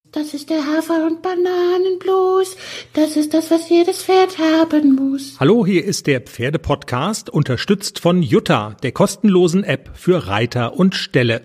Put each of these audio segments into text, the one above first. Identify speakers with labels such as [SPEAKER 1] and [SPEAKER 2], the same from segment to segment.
[SPEAKER 1] Das ist der Hafer- und Bananenblues. Das ist das, was jedes Pferd haben muss.
[SPEAKER 2] Hallo, hier ist der Pferde-Podcast, unterstützt von Jutta, der kostenlosen App für Reiter und Ställe.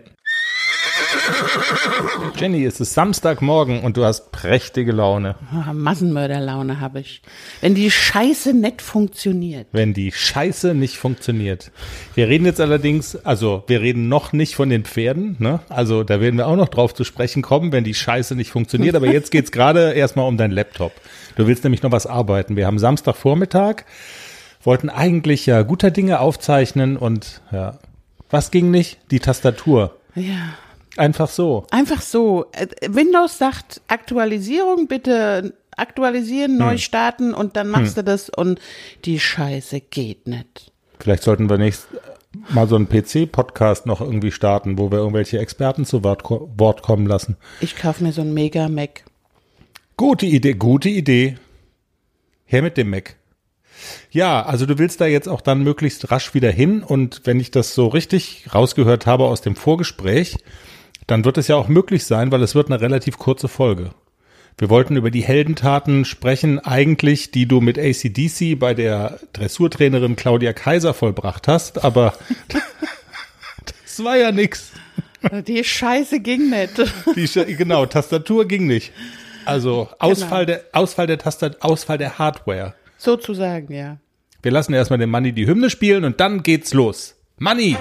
[SPEAKER 3] Jenny, es ist Samstagmorgen und du hast prächtige Laune.
[SPEAKER 1] Massenmörderlaune habe ich. Wenn die Scheiße nicht funktioniert.
[SPEAKER 3] Wenn die Scheiße nicht funktioniert. Wir reden jetzt allerdings, wir reden noch nicht von den Pferden, ne? Also da werden wir auch noch drauf zu sprechen kommen, wenn die Scheiße nicht funktioniert. Aber jetzt geht's gerade erstmal um deinen Laptop. Du willst nämlich noch was arbeiten. Wir haben Samstagvormittag, wollten eigentlich ja guter Dinge aufzeichnen und ja, was ging nicht? Die Tastatur.
[SPEAKER 1] Ja.
[SPEAKER 3] Einfach so.
[SPEAKER 1] Einfach so. Windows sagt Aktualisierung, bitte aktualisieren, neu starten und dann machst du das und die Scheiße geht nicht.
[SPEAKER 3] Vielleicht sollten wir mal so einen PC-Podcast noch irgendwie starten, wo wir irgendwelche Experten zu Wort kommen lassen.
[SPEAKER 1] Ich kaufe mir so einen Mega-Mac.
[SPEAKER 3] Gute Idee. Her mit dem Mac. Ja, also du willst da jetzt auch dann möglichst rasch wieder hin und wenn ich das so richtig rausgehört habe aus dem Vorgespräch, dann wird es ja auch möglich sein, weil es wird eine relativ kurze Folge. Wir wollten über die Heldentaten sprechen, eigentlich, die du mit AC/DC bei der Dressurtrainerin Claudia Kaiser vollbracht hast, aber das war ja nix.
[SPEAKER 1] Die Scheiße ging nicht.
[SPEAKER 3] Genau, Tastatur ging nicht. Also Ausfall der Hardware.
[SPEAKER 1] Sozusagen, ja.
[SPEAKER 3] Wir lassen erstmal den Manni die Hymne spielen und dann geht's los. Manni!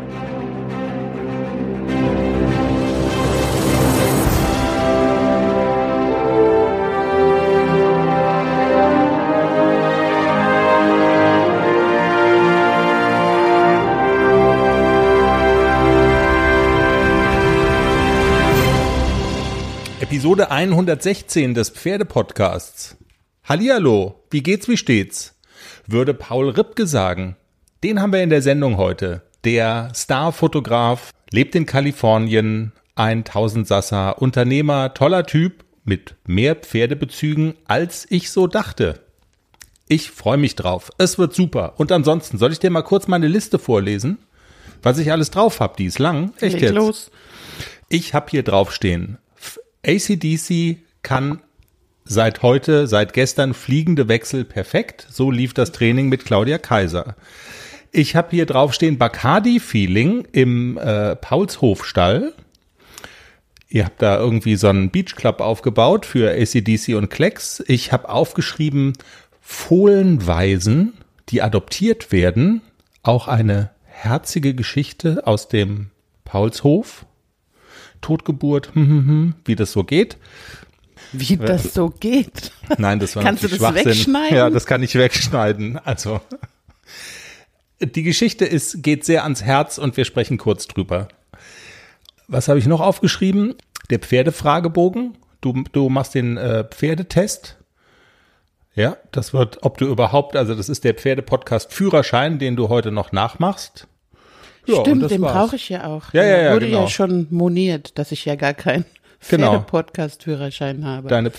[SPEAKER 3] Episode 116 des Pferde-Podcasts. Hallihallo, wie geht's, wie steht's? Würde Paul Ripke sagen. Den haben wir in der Sendung heute. Der Starfotograf, lebt in Kalifornien, ein Tausendsasser, Unternehmer, toller Typ mit mehr Pferdebezügen, als ich so dachte. Ich freue mich drauf. Es wird super. Und ansonsten, soll ich dir mal kurz meine Liste vorlesen? Was ich alles drauf habe, die ist lang. Echt jetzt?
[SPEAKER 1] Los.
[SPEAKER 3] Ich habe hier draufstehen. AC/DC kann seit gestern fliegende Wechsel perfekt. So lief das Training mit Claudia Kaiser. Ich habe hier draufstehen Bacardi-Feeling im Paulshofstall. Ihr habt da irgendwie so einen Beachclub aufgebaut für AC/DC und Klecks. Ich habe aufgeschrieben Fohlenwaisen, die adoptiert werden. Auch eine herzige Geschichte aus dem Paulshof. Totgeburt, wie das so geht.
[SPEAKER 1] Wie das so geht?
[SPEAKER 3] Nein, das war
[SPEAKER 1] Kannst du das
[SPEAKER 3] Schwachsinn.
[SPEAKER 1] wegschneiden?
[SPEAKER 3] Ja, das kann ich wegschneiden. Also, die Geschichte geht sehr ans Herz und wir sprechen kurz drüber. Was habe ich noch aufgeschrieben? Der Pferdefragebogen. Du machst den Pferdetest. Ja, das wird, das ist der Pferde-Podcast-Führerschein, den du heute noch nachmachst. Ja,
[SPEAKER 1] stimmt, den brauche ich ja auch.
[SPEAKER 3] Ja,
[SPEAKER 1] wurde
[SPEAKER 3] genau.
[SPEAKER 1] ja schon moniert, dass ich ja gar keinen Pferde-Podcast-Führerschein habe.
[SPEAKER 3] Dein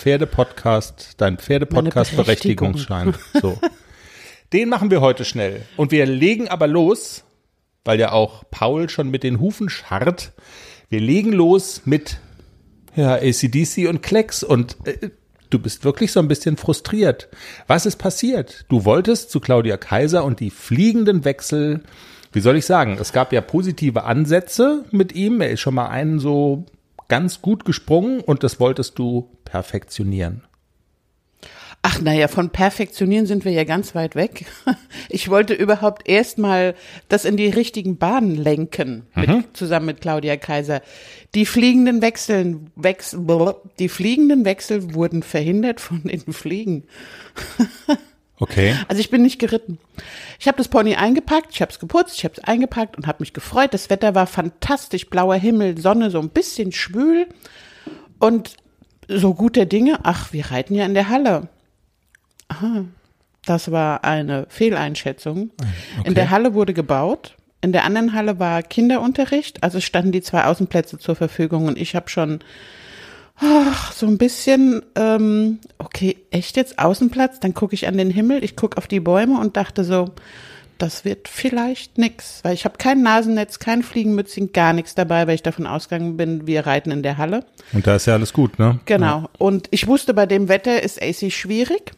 [SPEAKER 3] Pferde-Podcast-Berechtigungsschein. So. Den machen wir heute schnell. Und wir legen aber los, weil ja auch Paul schon mit den Hufen scharrt. Wir legen los mit AC/DC und Klecks und du bist wirklich so ein bisschen frustriert. Was ist passiert? Du wolltest zu Claudia Kaiser und die fliegenden Wechsel. Wie soll ich sagen? Es gab ja positive Ansätze mit ihm. Er ist schon mal einen so ganz gut gesprungen und das wolltest du perfektionieren.
[SPEAKER 1] Ach, naja, von perfektionieren sind wir ja ganz weit weg. Ich wollte überhaupt erstmal das in die richtigen Bahnen lenken, zusammen mit Claudia Kaiser. Die fliegenden Wechsel wurden verhindert von den Fliegen.
[SPEAKER 3] Okay.
[SPEAKER 1] Also ich bin nicht geritten. Ich habe das Pony eingepackt, ich habe es geputzt, ich habe es eingepackt und habe mich gefreut. Das Wetter war fantastisch, blauer Himmel, Sonne, so ein bisschen schwül und so guter Dinge. Ach, wir reiten ja in der Halle. Aha, das war eine Fehleinschätzung. Okay. In der Halle wurde gebaut. In der anderen Halle war Kinderunterricht, also standen die 2 Außenplätze zur Verfügung und ich habe schon so ein bisschen, okay, echt jetzt Außenplatz? Dann gucke ich an den Himmel, ich gucke auf die Bäume und dachte so, das wird vielleicht nix, weil ich habe kein Nasennetz, kein Fliegenmützchen, gar nichts dabei, weil ich davon ausgegangen bin, wir reiten in der Halle.
[SPEAKER 3] Und da ist ja alles gut, ne?
[SPEAKER 1] Genau.
[SPEAKER 3] Ja.
[SPEAKER 1] Und ich wusste, bei dem Wetter ist AC schwierig,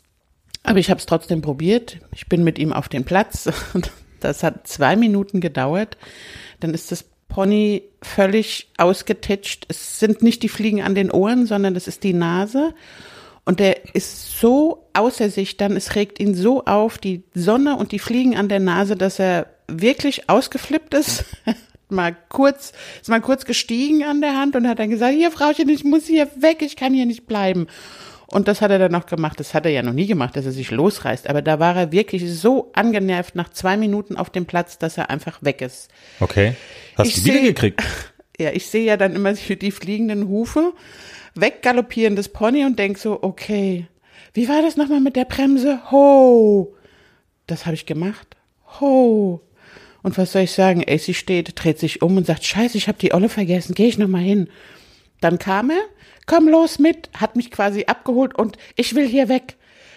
[SPEAKER 1] aber ich habe es trotzdem probiert. Ich bin mit ihm auf den Platz. Das hat 2 Minuten gedauert. Dann ist das Pony völlig ausgetitscht. Es sind nicht die Fliegen an den Ohren, sondern das ist die Nase. Und der ist so außer sich dann, es regt ihn so auf, die Sonne und die Fliegen an der Nase, dass er wirklich ausgeflippt ist. Ist mal kurz gestiegen an der Hand und hat dann gesagt, hier Frauchen, ich muss hier weg, ich kann hier nicht bleiben. Und das hat er dann noch gemacht. Das hat er ja noch nie gemacht, dass er sich losreißt. Aber da war er wirklich so angenervt nach 2 Minuten auf dem Platz, dass er einfach weg ist.
[SPEAKER 3] Okay. Hast du wieder gekriegt?
[SPEAKER 1] Ja, ich sehe ja dann immer die fliegenden Hufe, weggaloppierendes Pony und denk so, okay, wie war das nochmal mit der Bremse? Ho! Das habe ich gemacht. Ho! Und was soll ich sagen? AC steht, dreht sich um und sagt, scheiße, ich habe die Olle vergessen, gehe ich nochmal hin. Dann kam er, komm los mit, hat mich quasi abgeholt und ich will hier weg.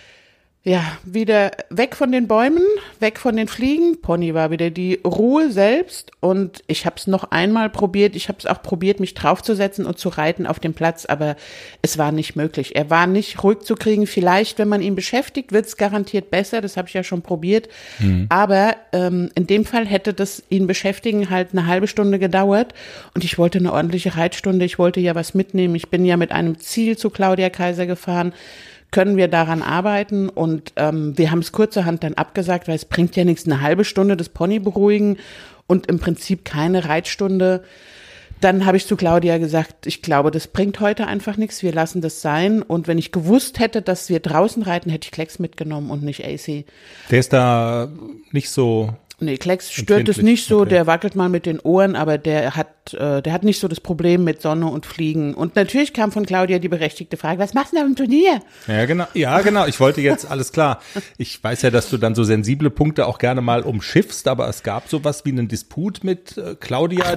[SPEAKER 1] Ja, wieder weg von den Bäumen, weg von den Fliegen. Pony war wieder die Ruhe selbst und ich habe es noch einmal probiert. Ich habe es auch probiert, mich draufzusetzen und zu reiten auf dem Platz, aber es war nicht möglich. Er war nicht ruhig zu kriegen. Vielleicht, wenn man ihn beschäftigt, wird es garantiert besser. Das habe ich ja schon probiert. Aber in dem Fall hätte das ihn beschäftigen halt eine halbe Stunde gedauert und ich wollte eine ordentliche Reitstunde. Ich wollte ja was mitnehmen. Ich bin ja mit einem Ziel zu Claudia Kaiser gefahren. Können wir daran arbeiten und wir haben es kurzerhand dann abgesagt, weil es bringt ja nichts, eine halbe Stunde das Pony beruhigen und im Prinzip keine Reitstunde. Dann habe ich zu Claudia gesagt, ich glaube, das bringt heute einfach nichts, wir lassen das sein und wenn ich gewusst hätte, dass wir draußen reiten, hätte ich Klecks mitgenommen und nicht AC.
[SPEAKER 3] Der ist da nicht so...
[SPEAKER 1] Nee, Klecks stört es nicht so, okay. Der wackelt mal mit den Ohren, aber der hat nicht so das Problem mit Sonne und Fliegen. Und natürlich kam von Claudia die berechtigte Frage, was machst du denn am Turnier?
[SPEAKER 3] Ja, genau. Ich wollte jetzt, alles klar. Ich weiß ja, dass du dann so sensible Punkte auch gerne mal umschiffst, aber es gab sowas wie einen Disput mit Claudia,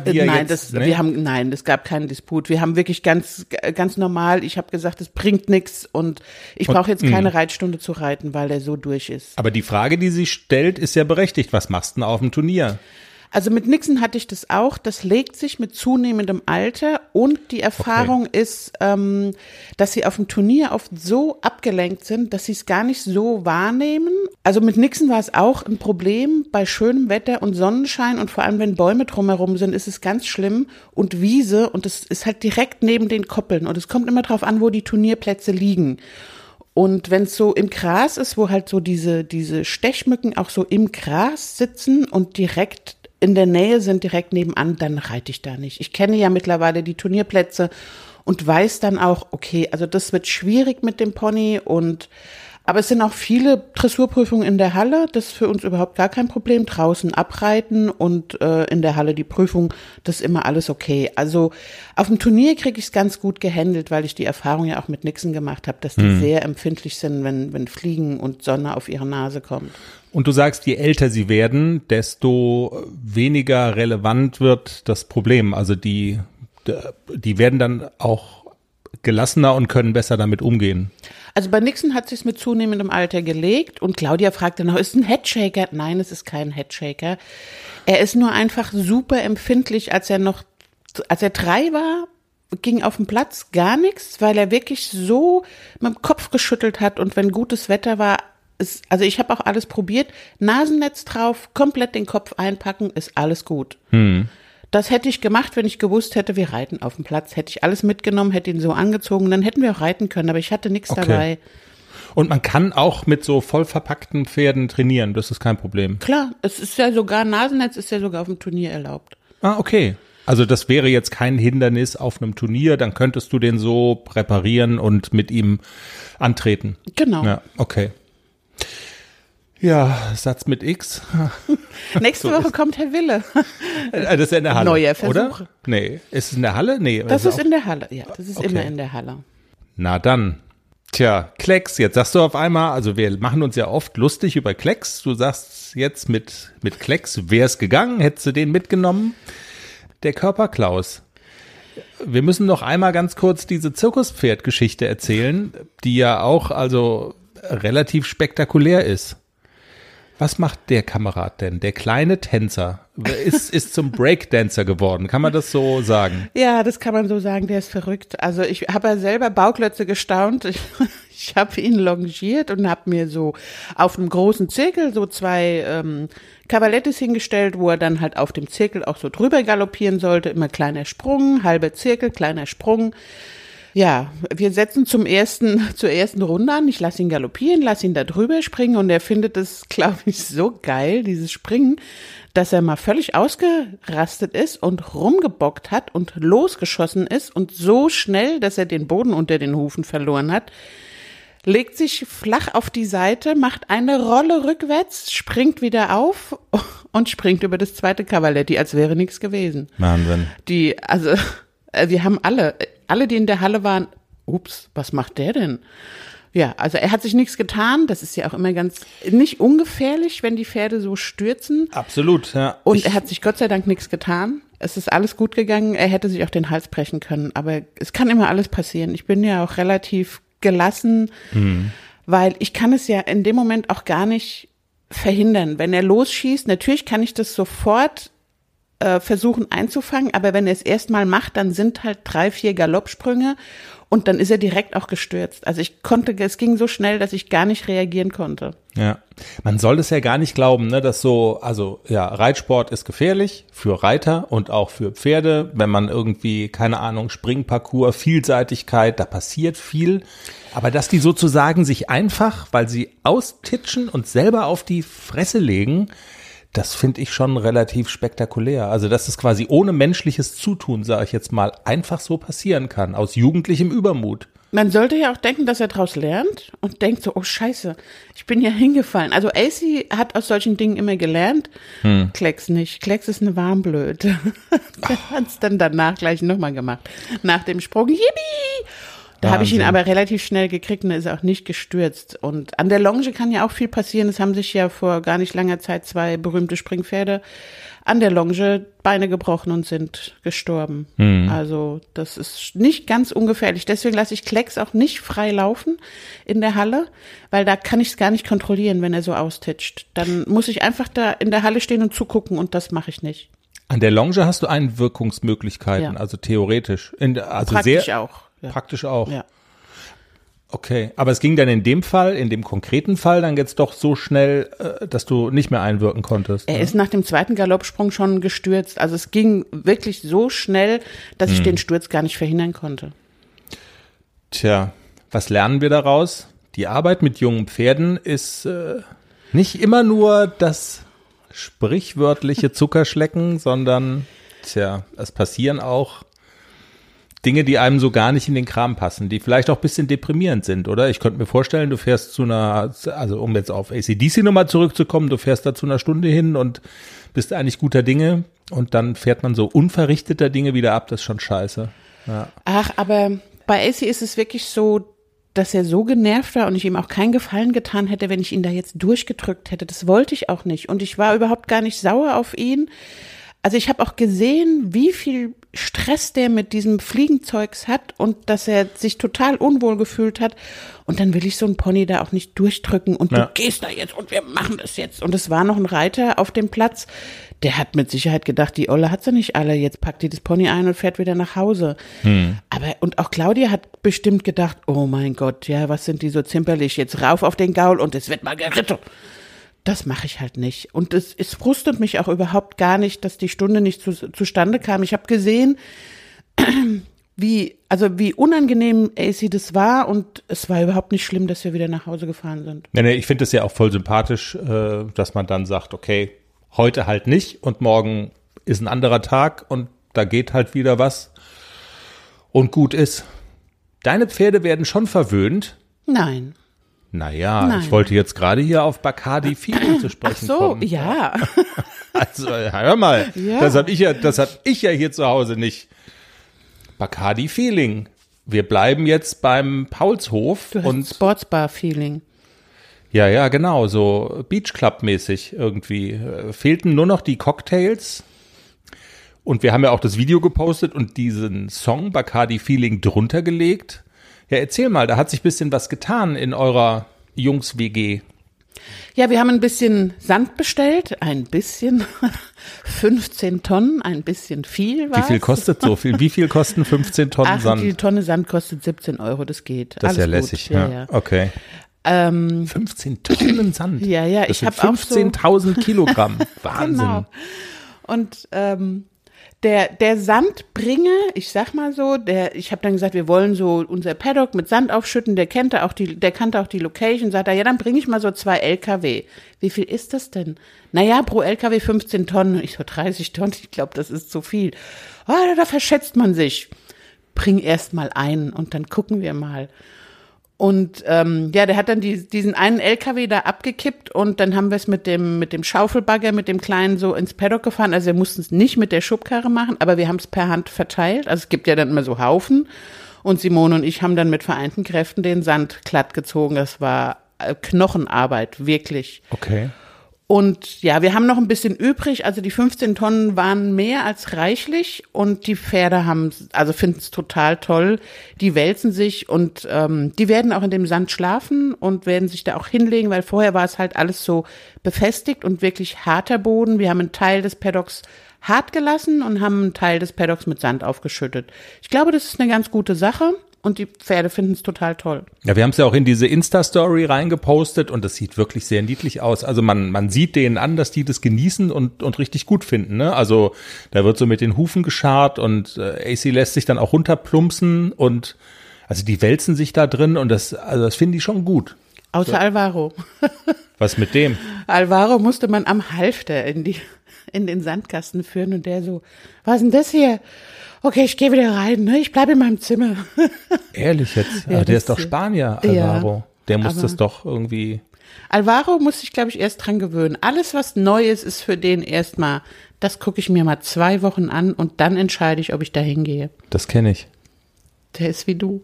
[SPEAKER 1] es gab keinen Disput. Wir haben wirklich ganz normal, ich habe gesagt, es bringt nichts und ich brauche jetzt keine Reitstunde zu reiten, weil der so durch ist.
[SPEAKER 3] Aber die Frage, die sie stellt, ist ja berechtigt. Was machst du denn auf dem Turnier?
[SPEAKER 1] Also mit Nixon hatte ich das auch. Das legt sich mit zunehmendem Alter und die Erfahrung ist, dass sie auf dem Turnier oft so abgelenkt sind, dass sie es gar nicht so wahrnehmen. Also mit Nixon war es auch ein Problem bei schönem Wetter und Sonnenschein und vor allem, wenn Bäume drumherum sind, ist es ganz schlimm und Wiese und es ist halt direkt neben den Koppeln und es kommt immer drauf an, wo die Turnierplätze liegen. Und wenn es so im Gras ist, wo halt so diese Stechmücken auch so im Gras sitzen und direkt in der Nähe sind, direkt nebenan, dann reite ich da nicht. Ich kenne ja mittlerweile die Turnierplätze und weiß dann auch, okay, also das wird schwierig mit dem Pony aber es sind auch viele Dressurprüfungen in der Halle, das ist für uns überhaupt gar kein Problem. Draußen abreiten und in der Halle die Prüfung, das ist immer alles okay. Also auf dem Turnier kriege ich es ganz gut gehandelt, weil ich die Erfahrung ja auch mit Nixon gemacht habe, dass die sehr empfindlich sind, wenn Fliegen und Sonne auf ihre Nase kommt.
[SPEAKER 3] Und du sagst, je älter sie werden, desto weniger relevant wird das Problem. Also die werden dann auch gelassener und können besser damit umgehen.
[SPEAKER 1] Also bei Nixon hat sich's mit zunehmendem Alter gelegt und Claudia fragte noch, ist es ein Headshaker? Nein, es ist kein Headshaker. Er ist nur einfach super empfindlich, als er 3 war, ging auf dem Platz gar nichts, weil er wirklich so mit dem Kopf geschüttelt hat und wenn gutes Wetter war, also ich habe auch alles probiert, Nasennetz drauf, komplett den Kopf einpacken, ist alles gut. Das hätte ich gemacht, wenn ich gewusst hätte, wir reiten auf dem Platz. Hätte ich alles mitgenommen, hätte ihn so angezogen, dann hätten wir auch reiten können, aber ich hatte nichts dabei.
[SPEAKER 3] Und man kann auch mit so voll verpackten Pferden trainieren, das ist kein Problem.
[SPEAKER 1] Klar, es ist ja sogar, Nasennetz ist ja sogar auf dem Turnier erlaubt.
[SPEAKER 3] Ah, okay. Also das wäre jetzt kein Hindernis auf einem Turnier, dann könntest du den so präparieren und mit ihm antreten.
[SPEAKER 1] Genau.
[SPEAKER 3] Ja, okay. Ja, Satz mit X.
[SPEAKER 1] Nächste Woche kommt Herr Wille.
[SPEAKER 3] Das ist in der Halle,
[SPEAKER 1] Neuer Versuch.
[SPEAKER 3] Oder? Nee, ist es in der Halle? Nee.
[SPEAKER 1] Das ist in der Halle, ja. Das ist immer in der Halle.
[SPEAKER 3] Na dann. Tja, Klecks, jetzt sagst du auf einmal, also wir machen uns ja oft lustig über Klecks. Du sagst jetzt mit Klecks, wär's gegangen, hättest du den mitgenommen? Der Körperklaus. Wir müssen noch einmal ganz kurz diese Zirkuspferd-Geschichte erzählen, die ja auch also relativ spektakulär ist. Was macht der Kamerad denn? Der kleine Tänzer ist zum Breakdancer geworden. Kann man das so sagen?
[SPEAKER 1] Ja, das kann man so sagen, der ist verrückt. Also ich habe ja selber Bauklötze gestaunt. Ich habe ihn longiert und habe mir so auf einem großen Zirkel so 2 Cavalettis hingestellt, wo er dann halt auf dem Zirkel auch so drüber galoppieren sollte. Immer kleiner Sprung, halber Zirkel, kleiner Sprung. Ja, wir setzen zur ersten Runde an. Ich lasse ihn galoppieren, lasse ihn da drüber springen und er findet es, glaube ich, so geil, dieses Springen, dass er mal völlig ausgerastet ist und rumgebockt hat und losgeschossen ist und so schnell, dass er den Boden unter den Hufen verloren hat, legt sich flach auf die Seite, macht eine Rolle rückwärts, springt wieder auf und springt über das zweite Cavaletti, als wäre nichts gewesen.
[SPEAKER 3] Wahnsinn.
[SPEAKER 1] Wir haben alle, die in der Halle waren, ups, was macht der denn? Ja, also er hat sich nichts getan. Das ist ja auch immer nicht ungefährlich, wenn die Pferde so stürzen.
[SPEAKER 3] Absolut, ja.
[SPEAKER 1] Und er hat sich Gott sei Dank nichts getan. Es ist alles gut gegangen. Er hätte sich auch den Hals brechen können. Aber es kann immer alles passieren. Ich bin ja auch relativ gelassen, weil ich kann es ja in dem Moment auch gar nicht verhindern. Wenn er losschießt, natürlich kann ich das sofort versuchen einzufangen, aber wenn er es erstmal macht, dann sind halt 3, 4 Galoppsprünge und dann ist er direkt auch gestürzt. Also es ging so schnell, dass ich gar nicht reagieren konnte.
[SPEAKER 3] Ja, man soll es ja gar nicht glauben, ne, dass Reitsport ist gefährlich für Reiter und auch für Pferde, wenn man irgendwie, keine Ahnung, Springparcours, Vielseitigkeit, da passiert viel, aber dass die sozusagen sich einfach, weil sie austitschen und selber auf die Fresse legen, das finde ich schon relativ spektakulär. Also, dass es quasi ohne menschliches Zutun, sage ich jetzt mal, einfach so passieren kann, aus jugendlichem Übermut.
[SPEAKER 1] Man sollte ja auch denken, dass er daraus lernt und denkt so, oh Scheiße, ich bin ja hingefallen. Also AC hat aus solchen Dingen immer gelernt, Klecks nicht. Klecks ist eine Warmblöde. Der hat es dann danach gleich nochmal gemacht. Nach dem Sprung, yippie! Da habe ich ihn aber relativ schnell gekriegt und er ist auch nicht gestürzt. Und an der Longe kann ja auch viel passieren. Es haben sich ja vor gar nicht langer Zeit 2 berühmte Springpferde an der Longe Beine gebrochen und sind gestorben. Also das ist nicht ganz ungefährlich. Deswegen lasse ich Klecks auch nicht frei laufen in der Halle, weil da kann ich es gar nicht kontrollieren, wenn er so austitscht. Dann muss ich einfach da in der Halle stehen und zugucken und das mache ich nicht.
[SPEAKER 3] An der Longe hast du Einwirkungsmöglichkeiten, also theoretisch.
[SPEAKER 1] Praktisch auch. Ja.
[SPEAKER 3] Praktisch auch.
[SPEAKER 1] Ja.
[SPEAKER 3] Okay, aber es ging dann in dem konkreten Fall dann jetzt doch so schnell, dass du nicht mehr einwirken konntest.
[SPEAKER 1] Er ist nach dem 2. Galoppsprung schon gestürzt. Also es ging wirklich so schnell, dass ich den Sturz gar nicht verhindern konnte.
[SPEAKER 3] Tja, was lernen wir daraus? Die Arbeit mit jungen Pferden ist nicht immer nur das sprichwörtliche Zuckerschlecken, sondern es passieren auch Dinge, die einem so gar nicht in den Kram passen, die vielleicht auch ein bisschen deprimierend sind, oder? Ich könnte mir vorstellen, du fährst um jetzt auf AC/DC nochmal zurückzukommen, du fährst da zu einer Stunde hin und bist eigentlich guter Dinge und dann fährt man so unverrichteter Dinge wieder ab, das ist schon scheiße. Ja.
[SPEAKER 1] Ach, aber bei AC ist es wirklich so, dass er so genervt war und ich ihm auch keinen Gefallen getan hätte, wenn ich ihn da jetzt durchgedrückt hätte. Das wollte ich auch nicht und ich war überhaupt gar nicht sauer auf ihn. Also ich habe auch gesehen, wie viel Stress der mit diesem Fliegenzeugs hat und dass er sich total unwohl gefühlt hat. Und dann will ich so einen Pony da auch nicht durchdrücken und du gehst da jetzt und wir machen das jetzt. Und es war noch ein Reiter auf dem Platz, der hat mit Sicherheit gedacht, die Olle hat sie nicht alle, jetzt packt die das Pony ein und fährt wieder nach Hause. Und auch Claudia hat bestimmt gedacht, oh mein Gott, ja, was sind die so zimperlich, jetzt rauf auf den Gaul und es wird mal geritten. Das mache ich halt nicht. Und es frustet mich auch überhaupt gar nicht, dass die Stunde nicht zustande kam. Ich habe gesehen, wie unangenehm AC das war und es war überhaupt nicht schlimm, dass wir wieder nach Hause gefahren sind.
[SPEAKER 3] Nee, ich finde es ja auch voll sympathisch, dass man dann sagt, okay, heute halt nicht und morgen ist ein anderer Tag und da geht halt wieder was und gut ist. Deine Pferde werden schon verwöhnt?
[SPEAKER 1] Nein.
[SPEAKER 3] Naja, ich wollte jetzt gerade hier auf Bacardi Feeling zu sprechen kommen.
[SPEAKER 1] Ach so, ja.
[SPEAKER 3] Also, hör mal, ja. Das hab ich ja hier zu Hause nicht. Bacardi Feeling. Wir bleiben jetzt beim Paulshof.
[SPEAKER 1] Du hast Sportsbar Feeling.
[SPEAKER 3] Ja, genau, so Beach Club mäßig irgendwie. Fehlten nur noch die Cocktails. Und wir haben ja auch das Video gepostet und diesen Song Bacardi Feeling drunter gelegt. Ja, erzähl mal, da hat sich ein bisschen was getan in eurer Jungs-WG.
[SPEAKER 1] Ja, wir haben ein bisschen Sand bestellt, ein bisschen, 15 Tonnen, ein bisschen viel war's.
[SPEAKER 3] Wie viel kostet so viel? Wie viel kosten 15 Tonnen Sand?
[SPEAKER 1] Die Tonne Sand kostet 17 €, das geht.
[SPEAKER 3] Das ist ja
[SPEAKER 1] Alles
[SPEAKER 3] lässig,
[SPEAKER 1] gut.
[SPEAKER 3] ja. Okay. 15 Tonnen Sand?
[SPEAKER 1] Ja,
[SPEAKER 3] das
[SPEAKER 1] ich habe
[SPEAKER 3] sind
[SPEAKER 1] auch so
[SPEAKER 3] 15.000 Kilogramm. Wahnsinn.
[SPEAKER 1] Genau. Und der Sandbringer, ich sag mal so, ich habe dann gesagt, wir wollen so unser Paddock mit Sand aufschütten, der kannte auch die Location, sagt er, ja, dann bringe ich mal so 2 LKW. Wie viel ist das denn? Naja, pro LKW 15 Tonnen. Ich so, 30 Tonnen, ich glaube, das ist zu viel. Oh, da verschätzt man sich. Bring erst mal einen und dann gucken wir mal. Und der hat dann diesen einen LKW da abgekippt und dann haben wir es mit dem Schaufelbagger, mit dem Kleinen so ins Paddock gefahren. Also wir mussten es nicht mit der Schubkarre machen, aber wir haben es per Hand verteilt. Also es gibt ja dann immer so Haufen. Und Simone und ich haben dann mit vereinten Kräften den Sand glatt gezogen. Das war Knochenarbeit, wirklich.
[SPEAKER 3] Okay.
[SPEAKER 1] Und ja, wir haben noch ein bisschen übrig, also die 15 Tonnen waren mehr als reichlich und die Pferde finden es total toll. Die wälzen sich und die werden auch in dem Sand schlafen und werden sich da auch hinlegen, weil vorher war es halt alles so befestigt und wirklich harter Boden. Wir haben einen Teil des Paddocks hart gelassen und haben einen Teil des Paddocks mit Sand aufgeschüttet. Ich glaube, das ist eine ganz gute Sache. Und die Pferde finden es total toll.
[SPEAKER 3] Ja, wir haben es ja auch in diese Insta-Story reingepostet und das sieht wirklich sehr niedlich aus. Also man sieht denen an, dass die das genießen und richtig gut finden. Ne? Also da wird so mit den Hufen geschart und AC lässt sich dann auch runterplumpsen und also die wälzen sich da drin und das finden die schon gut.
[SPEAKER 1] Außer so. Alvaro.
[SPEAKER 3] Was mit dem?
[SPEAKER 1] Alvaro musste man am Halfter in den Sandkasten führen und der so, was ist denn das hier? Okay, ich gehe wieder rein, ne? Ich bleibe in meinem Zimmer.
[SPEAKER 3] Ehrlich jetzt? Ja, der ist doch Spanier, Alvaro. Ja, der muss das doch irgendwie.
[SPEAKER 1] Alvaro muss sich, glaube ich, erst dran gewöhnen. Alles, was neu ist für den erstmal, das gucke ich mir mal 2 Wochen an und dann entscheide ich, ob ich da hingehe.
[SPEAKER 3] Das kenne ich.
[SPEAKER 1] Der ist wie du.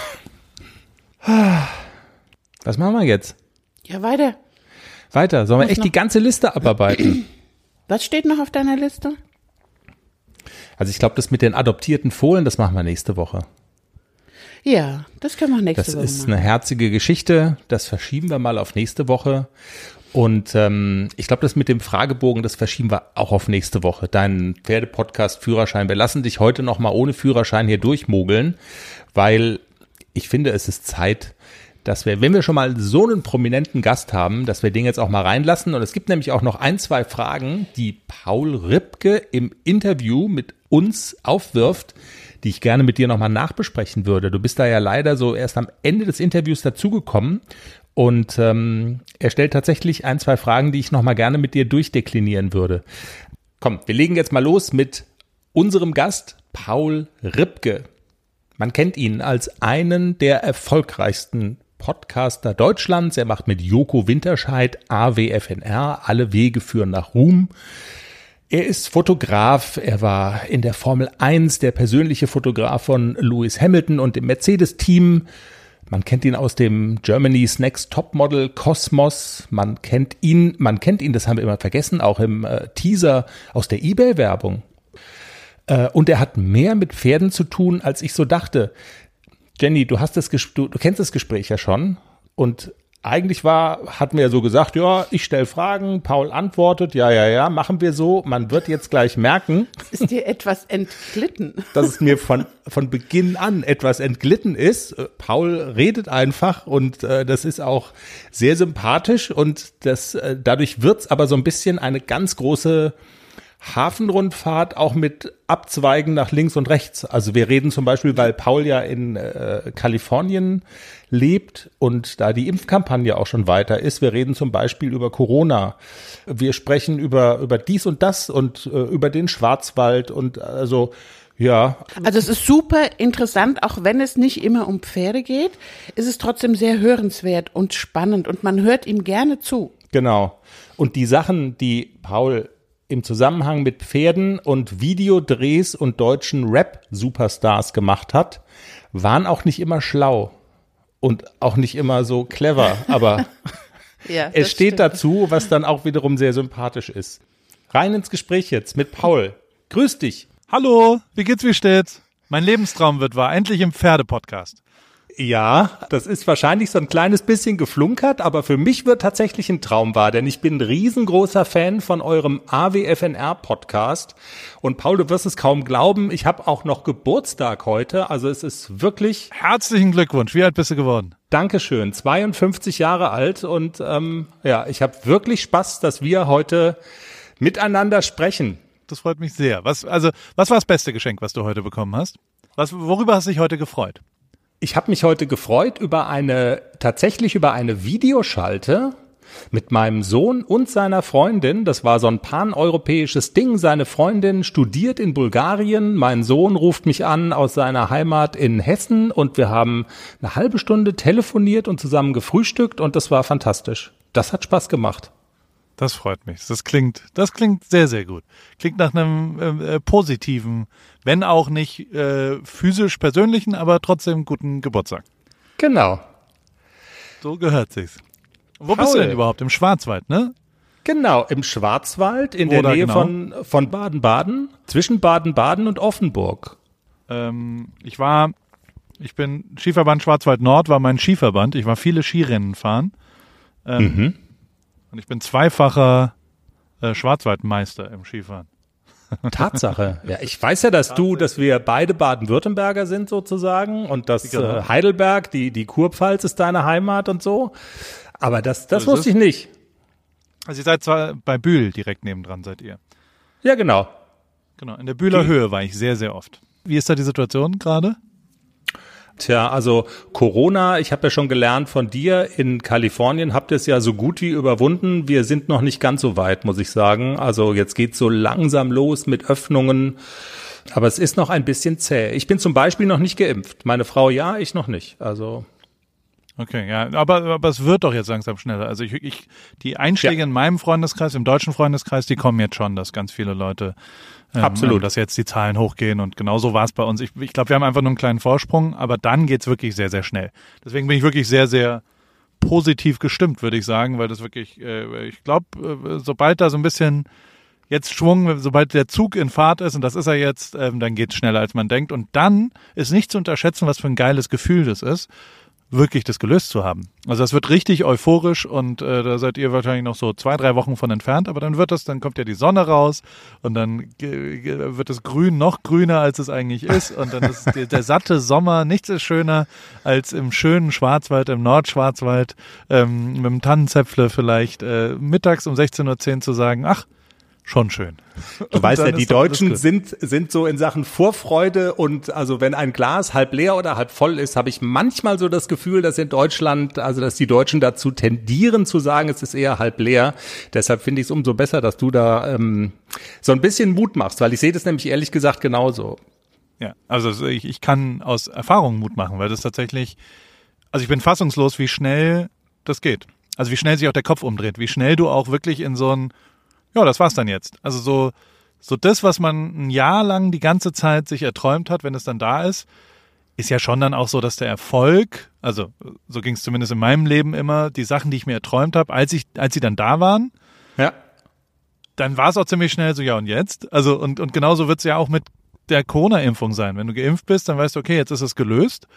[SPEAKER 3] Was machen wir jetzt?
[SPEAKER 1] Ja, weiter.
[SPEAKER 3] Weiter. Sollen wir echt die ganze Liste abarbeiten?
[SPEAKER 1] Was steht noch auf deiner Liste?
[SPEAKER 3] Also ich glaube, das mit den adoptierten Fohlen, das machen wir nächste Woche.
[SPEAKER 1] Ja, das können wir nächste Woche machen.
[SPEAKER 3] Das ist eine herzige Geschichte, das verschieben wir mal auf nächste Woche. Und ich glaube, das mit dem Fragebogen, das verschieben wir auch auf nächste Woche. Deinen Pferdepodcast Führerschein. Wir lassen dich heute noch mal ohne Führerschein hier durchmogeln, weil ich finde, es ist Zeit, dass wir, wenn wir schon mal so einen prominenten Gast haben, dass wir den jetzt auch mal reinlassen. Und es gibt nämlich auch noch 1, 2 Fragen, die Paul Ripke im Interview mit uns aufwirft, die ich gerne mit dir nochmal nachbesprechen würde. Du bist da ja leider so erst am Ende des Interviews dazugekommen. Und er stellt tatsächlich 1, 2 Fragen, die ich nochmal gerne mit dir durchdeklinieren würde. Komm, wir legen jetzt mal los mit unserem Gast Paul Ripke. Man kennt ihn als einen der erfolgreichsten Podcaster Deutschlands. Er macht mit Joko Winterscheid AWFNR, alle Wege führen nach Ruhm. Er ist Fotograf, er war in der Formel 1 der persönliche Fotograf von Lewis Hamilton und dem Mercedes-Team. Man kennt ihn aus dem Germany's Next Topmodel Kosmos. Man kennt ihn, das haben wir immer vergessen, auch im Teaser aus der eBay-Werbung. Und er hat mehr mit Pferden zu tun, als ich so dachte. Jenny, du kennst das Gespräch ja schon und eigentlich hatten wir ja so gesagt, ja, ich stelle Fragen, Paul antwortet, ja, machen wir so. Man wird jetzt gleich merken.
[SPEAKER 1] Ist dir etwas entglitten?
[SPEAKER 3] Dass es mir von Beginn an etwas entglitten ist. Paul redet einfach und das ist auch sehr sympathisch und dadurch wird's aber so ein bisschen eine ganz große Hafenrundfahrt, auch mit Abzweigen nach links und rechts. Also wir reden zum Beispiel, weil Paul ja in Kalifornien lebt und da die Impfkampagne auch schon weiter ist. Wir reden zum Beispiel über Corona. Wir sprechen über dies und das und über den Schwarzwald und also ja.
[SPEAKER 1] Also es ist super interessant, auch wenn es nicht immer um Pferde geht, ist es trotzdem sehr hörenswert und spannend und man hört ihm gerne zu.
[SPEAKER 3] Genau. Und die Sachen, die Paul im Zusammenhang mit Pferden und Videodrehs und deutschen Rap-Superstars gemacht hat, waren auch nicht immer schlau und auch nicht immer so clever, aber
[SPEAKER 1] ja,
[SPEAKER 3] es steht dazu, was dann auch wiederum sehr sympathisch ist. Rein ins Gespräch jetzt mit Paul. Grüß dich.
[SPEAKER 4] Hallo, wie geht's, wie steht's? Mein Lebenstraum wird wahr, endlich im Pferdepodcast.
[SPEAKER 3] Ja, das ist wahrscheinlich so ein kleines bisschen geflunkert, aber für mich wird tatsächlich ein Traum wahr, denn ich bin ein riesengroßer Fan von eurem AWFNR-Podcast. Und Paul, du wirst es kaum glauben, ich habe auch noch Geburtstag heute, also es ist wirklich...
[SPEAKER 4] Herzlichen Glückwunsch, wie alt bist du geworden?
[SPEAKER 3] Dankeschön, 52 Jahre alt und ich habe wirklich Spaß, dass wir heute miteinander sprechen.
[SPEAKER 4] Das freut mich sehr. Was war das beste Geschenk, was du heute bekommen hast? Worüber hast du dich heute gefreut?
[SPEAKER 3] Ich habe mich heute gefreut über eine Videoschalte mit meinem Sohn und seiner Freundin. Das war so ein paneuropäisches Ding. Seine Freundin studiert in Bulgarien. Mein Sohn ruft mich an aus seiner Heimat in Hessen und wir haben eine halbe Stunde telefoniert und zusammen gefrühstückt und das war fantastisch. Das hat Spaß gemacht.
[SPEAKER 4] Das freut mich. Das klingt sehr, sehr gut. Klingt nach einem positiven, wenn auch nicht physisch persönlichen, aber trotzdem guten Geburtstag.
[SPEAKER 3] Genau.
[SPEAKER 4] So gehört sich's. Wo bist du denn überhaupt? Im Schwarzwald, ne?
[SPEAKER 3] Genau, im Schwarzwald, in der Nähe von Baden-Baden, zwischen Baden-Baden und Offenburg.
[SPEAKER 4] Ich bin Skiverband Schwarzwald Nord, war mein Skiverband. Ich war viele Skirennen fahren. Und ich bin zweifacher Schwarzwaldmeister im Skifahren.
[SPEAKER 3] Tatsache. Ja, ich weiß ja, dass wir beide Baden-Württemberger sind sozusagen und dass Heidelberg, die Kurpfalz ist deine Heimat und so. Aber das wusste ich nicht.
[SPEAKER 4] Also ihr seid zwar bei Bühl direkt nebendran, seid ihr?
[SPEAKER 3] Ja, genau.
[SPEAKER 4] Genau, in der Bühler Höhe war ich sehr, sehr oft. Wie ist da die Situation gerade?
[SPEAKER 3] Tja, also Corona, ich habe ja schon gelernt von dir, in Kalifornien habt ihr es ja so gut wie überwunden. Wir sind noch nicht ganz so weit, muss ich sagen. Also jetzt geht's so langsam los mit Öffnungen, aber es ist noch ein bisschen zäh. Ich bin zum Beispiel noch nicht geimpft. Meine Frau ja, ich noch nicht. Also
[SPEAKER 4] okay, ja, aber es wird doch jetzt langsam schneller. Also die Einschläge in meinem Freundeskreis, im deutschen Freundeskreis, die kommen jetzt schon, dass ganz viele Leute absolut, dass jetzt die Zahlen hochgehen und genauso war es bei uns. Ich glaube, wir haben einfach nur einen kleinen Vorsprung, aber dann geht's wirklich sehr, sehr schnell. Deswegen bin ich wirklich sehr, sehr positiv gestimmt, würde ich sagen, weil das wirklich, ich glaube, sobald da so ein bisschen jetzt Schwung, sobald der Zug in Fahrt ist, und das ist er jetzt, dann geht's schneller, als man denkt. Und dann ist nicht zu unterschätzen, was für ein geiles Gefühl das ist, wirklich das gelöst zu haben. Also das wird richtig euphorisch und da seid ihr wahrscheinlich noch so 2-3 Wochen von entfernt, aber dann kommt ja die Sonne raus und dann wird das Grün noch grüner, als es eigentlich ist und dann ist der satte Sommer, nichts ist schöner als im schönen Schwarzwald, im Nordschwarzwald, mit dem Tannenzäpfle vielleicht mittags um 16:10 Uhr zu sagen, ach, schon schön.
[SPEAKER 3] Du weißt ja, die Deutschen sind so in Sachen Vorfreude und also wenn ein Glas halb leer oder halb voll ist, habe ich manchmal so das Gefühl, dass in Deutschland, also dass die Deutschen dazu tendieren zu sagen, es ist eher halb leer. Deshalb finde ich es umso besser, dass du da so ein bisschen Mut machst, weil ich sehe das nämlich ehrlich gesagt genauso.
[SPEAKER 4] Ja, also ich kann aus Erfahrung Mut machen, weil das tatsächlich, also ich bin fassungslos, wie schnell das geht. Also wie schnell sich auch der Kopf umdreht, wie schnell du auch wirklich in so ein ja, das war's dann jetzt. Also so das, was man ein Jahr lang die ganze Zeit sich erträumt hat, wenn es dann da ist ja schon dann auch so, dass der Erfolg, also so ging es zumindest in meinem Leben immer, die Sachen, die ich mir erträumt habe, als sie dann da waren,
[SPEAKER 3] ja,
[SPEAKER 4] dann war es auch ziemlich schnell so, ja und jetzt? Also und genauso wird's ja auch mit der Corona-Impfung sein. Wenn du geimpft bist, dann weißt du, okay, jetzt ist es gelöst.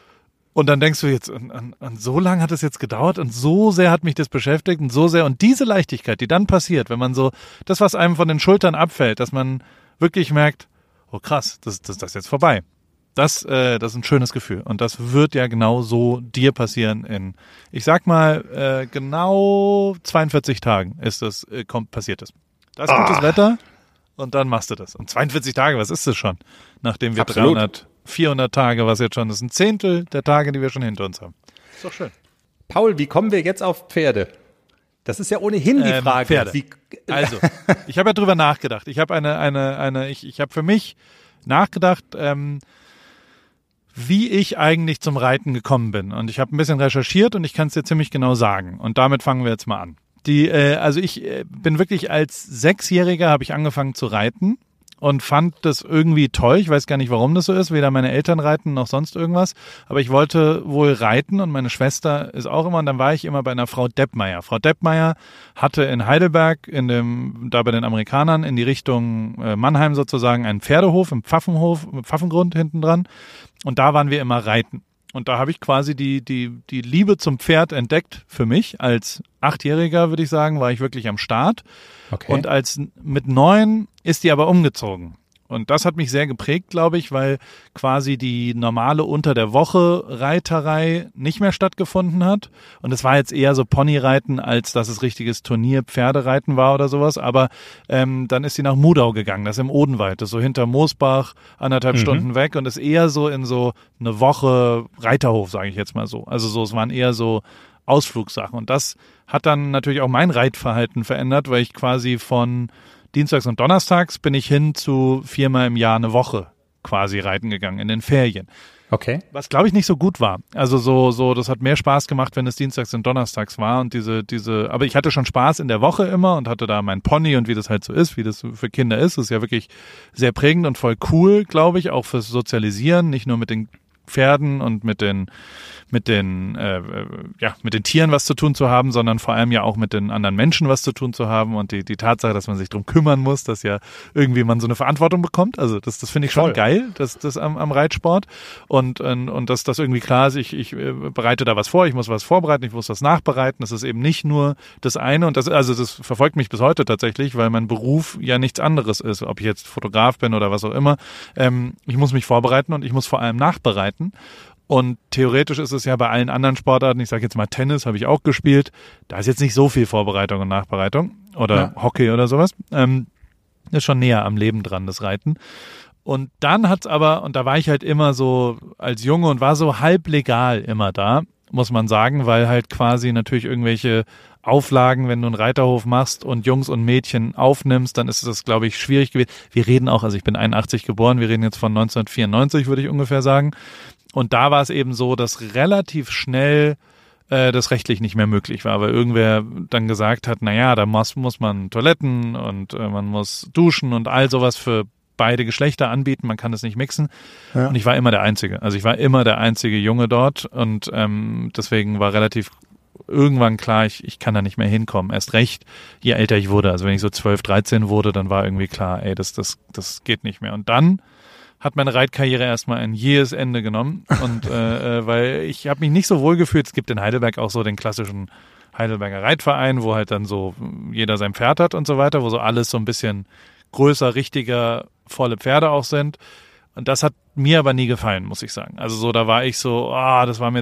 [SPEAKER 4] Und dann denkst du jetzt, an so lange hat es jetzt gedauert und so sehr hat mich das beschäftigt und so sehr. Und diese Leichtigkeit, die dann passiert, wenn man so, das, was einem von den Schultern abfällt, dass man wirklich merkt, oh krass, das ist jetzt vorbei. Das ist ein schönes Gefühl. Und das wird ja genau so dir passieren in, ich sag mal, genau 42 Tagen passiert es. Da ist gutes Wetter und dann machst du das. Und 42 Tage, was ist das schon? Nachdem wir 400 Tage, was jetzt schon ist, ein Zehntel der Tage, die wir schon hinter uns haben. Ist doch schön.
[SPEAKER 3] Paul, wie kommen wir jetzt auf Pferde? Das ist ja ohnehin die Frage.
[SPEAKER 4] Pferde. Also, ich habe ja drüber nachgedacht. Ich habe ich habe für mich nachgedacht, wie ich eigentlich zum Reiten gekommen bin. Und ich habe ein bisschen recherchiert und ich kann es dir ziemlich genau sagen. Und damit fangen wir jetzt mal an. Also ich bin wirklich als 6-Jähriger habe ich angefangen zu reiten. Und fand das irgendwie toll. Ich weiß gar nicht, warum das so ist. Weder meine Eltern reiten noch sonst irgendwas. Aber ich wollte wohl reiten und meine Schwester ist auch immer. Und dann war ich immer bei einer Frau Deppmeier. Frau Deppmeier hatte in Heidelberg, da bei den Amerikanern, in die Richtung Mannheim sozusagen einen Pferdehof im Pfaffengrund hinten dran. Und da waren wir immer reiten. Und da habe ich quasi die Liebe zum Pferd entdeckt für mich. Als 8-Jähriger, würde ich sagen, war ich wirklich am Start.
[SPEAKER 3] Okay.
[SPEAKER 4] Und mit 9 ist die aber umgezogen. Und das hat mich sehr geprägt, glaube ich, weil quasi die normale Unter-der-Woche-Reiterei nicht mehr stattgefunden hat. Und es war jetzt eher so Ponyreiten, als dass es richtiges Turnier-Pferdereiten war oder sowas. Aber dann ist sie nach Mudau gegangen, das ist im Odenwald, das ist so hinter Moosbach, 1,5 Stunden weg und ist eher so in so eine Woche Reiterhof, sage ich jetzt mal so. Also so, es waren eher so Ausflugssachen. Und das hat dann natürlich auch mein Reitverhalten verändert, weil ich quasi von Dienstags und Donnerstags bin ich hin zu 4-mal im Jahr eine Woche quasi reiten gegangen in den Ferien.
[SPEAKER 3] Okay.
[SPEAKER 4] Was, glaube ich, nicht so gut war. Also so, das hat mehr Spaß gemacht, wenn es Dienstags und Donnerstags war und aber ich hatte schon Spaß in der Woche immer und hatte da mein Pony und wie das halt so ist, wie das für Kinder ist. Das ist ja wirklich sehr prägend und voll cool, glaube ich, auch fürs Sozialisieren, nicht nur mit den Pferden und mit den Tieren was zu tun zu haben, sondern vor allem ja auch mit den anderen Menschen was zu tun zu haben und die Tatsache, dass man sich drum kümmern muss, dass ja irgendwie man so eine Verantwortung bekommt. Also das finde ich schon geil, das am Reitsport und dass das irgendwie klar ist, ich bereite da was vor, ich muss was vorbereiten, ich muss was nachbereiten. Das ist eben nicht nur das eine und das verfolgt mich bis heute tatsächlich, weil mein Beruf ja nichts anderes ist, ob ich jetzt Fotograf bin oder was auch immer. Ich muss mich vorbereiten und ich muss vor allem nachbereiten. Und theoretisch ist es ja bei allen anderen Sportarten, ich sage jetzt mal Tennis, habe ich auch gespielt, da ist jetzt nicht so viel Vorbereitung und Nachbereitung oder Hockey oder sowas. Ist schon näher am Leben dran, das Reiten. Und dann hat's aber, und da war ich halt immer so als Junge und war so halb legal immer da, muss man sagen, weil halt quasi natürlich irgendwelche Auflagen, wenn du einen Reiterhof machst und Jungs und Mädchen aufnimmst, dann ist das, glaube ich, schwierig gewesen. Wir reden auch, also ich bin 81 geboren, wir reden jetzt von 1994, würde ich ungefähr sagen. Und da war es eben so, dass relativ schnell das rechtlich nicht mehr möglich war, weil irgendwer dann gesagt hat, naja, da muss man Toiletten und man muss duschen und all sowas für beide Geschlechter anbieten, man kann es nicht mixen. Ja. Und ich war immer der Einzige. Also ich war immer der einzige Junge dort und deswegen war relativ irgendwann klar, ich kann da nicht mehr hinkommen. Erst recht, je älter ich wurde. Also wenn ich so 12, 13 wurde, dann war irgendwie klar, ey, das geht nicht mehr. Und dann hat meine Reitkarriere erstmal ein jähes Ende genommen. Und weil ich habe mich nicht so wohl gefühlt. Es gibt in Heidelberg auch so den klassischen Heidelberger Reitverein, wo halt dann so jeder sein Pferd hat und so weiter, wo so alles so ein bisschen größer, richtiger, volle Pferde auch sind. Und das hat mir aber nie gefallen, muss ich sagen. Also so, da war ich so, das war mir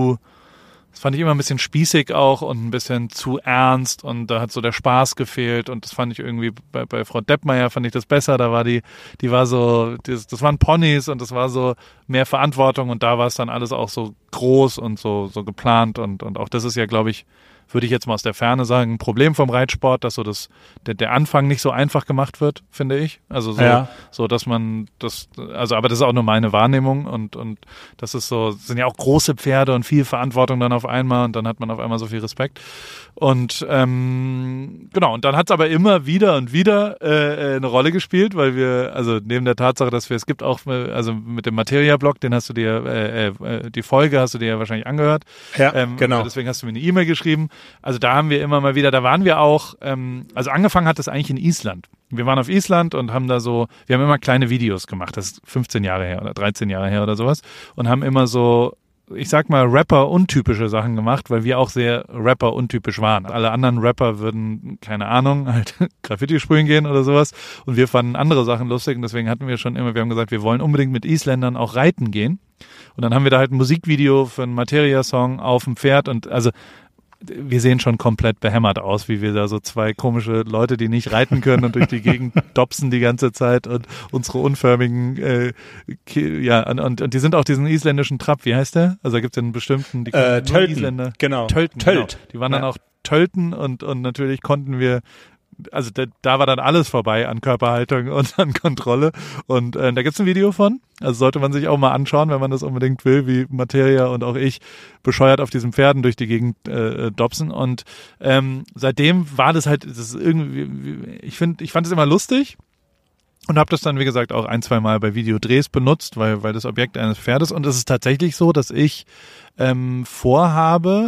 [SPEAKER 4] das fand ich immer ein bisschen spießig auch und ein bisschen zu ernst und da hat so der Spaß gefehlt und das fand ich irgendwie bei Frau Deppmeier fand ich das besser, da war die war so, das waren Ponys und das war so mehr Verantwortung und da war es dann alles auch so groß und so geplant und auch das ist ja, glaube ich, würde ich jetzt mal aus der Ferne sagen, ein Problem vom Reitsport, dass so der Anfang nicht so einfach gemacht wird, finde ich. Also so, dass man aber das ist auch nur meine Wahrnehmung und das ist so, sind ja auch große Pferde und viel Verantwortung dann auf einmal und dann hat man auf einmal so viel Respekt. Und genau, und dann hat es aber immer wieder und wieder eine Rolle gespielt, weil wir, also neben der Tatsache, dass es gibt auch, also mit dem Materia-Blog, den hast du dir, die Folge hast du dir ja wahrscheinlich angehört. Ja, genau. Deswegen hast du mir eine E-Mail geschrieben. Also da haben wir immer mal wieder, da waren wir auch, also angefangen hat es eigentlich in Island. Wir waren auf Island und haben da so, wir haben immer kleine Videos gemacht, das ist 15 Jahre her oder 13 Jahre her oder sowas und haben immer so, ich sag mal, Rapper-untypische Sachen gemacht, weil wir auch sehr Rapper-untypisch waren. Alle anderen Rapper würden, keine Ahnung, halt Graffiti sprühen gehen oder sowas und wir fanden andere Sachen lustig und deswegen hatten wir schon immer, wir haben gesagt, wir wollen unbedingt mit Isländern auch reiten gehen und dann haben wir da halt ein Musikvideo für einen Materia-Song auf dem Pferd und also wir sehen schon komplett behämmert aus, wie wir da so zwei komische Leute, die nicht reiten können und durch die Gegend dopsen die ganze Zeit und unsere unförmigen, und die sind auch diesen isländischen Trab, wie heißt der? Also da gibt es einen bestimmten, die
[SPEAKER 3] Tölten,
[SPEAKER 4] Isländer.
[SPEAKER 3] Genau.
[SPEAKER 4] Tölten, genau. Die waren dann auch Tölten und natürlich konnten wir, also da war dann alles vorbei an Körperhaltung und an Kontrolle und da gibt's ein Video von, also sollte man sich auch mal anschauen, wenn man das unbedingt will, wie Materia und auch ich bescheuert auf diesen Pferden durch die Gegend dopsen und seitdem war das halt, das ist irgendwie, ich fand es immer lustig und habe das dann, wie gesagt, auch 1-2 Mal bei Videodrehs benutzt, weil das Objekt eines Pferdes und es ist tatsächlich so, dass ich vorhabe,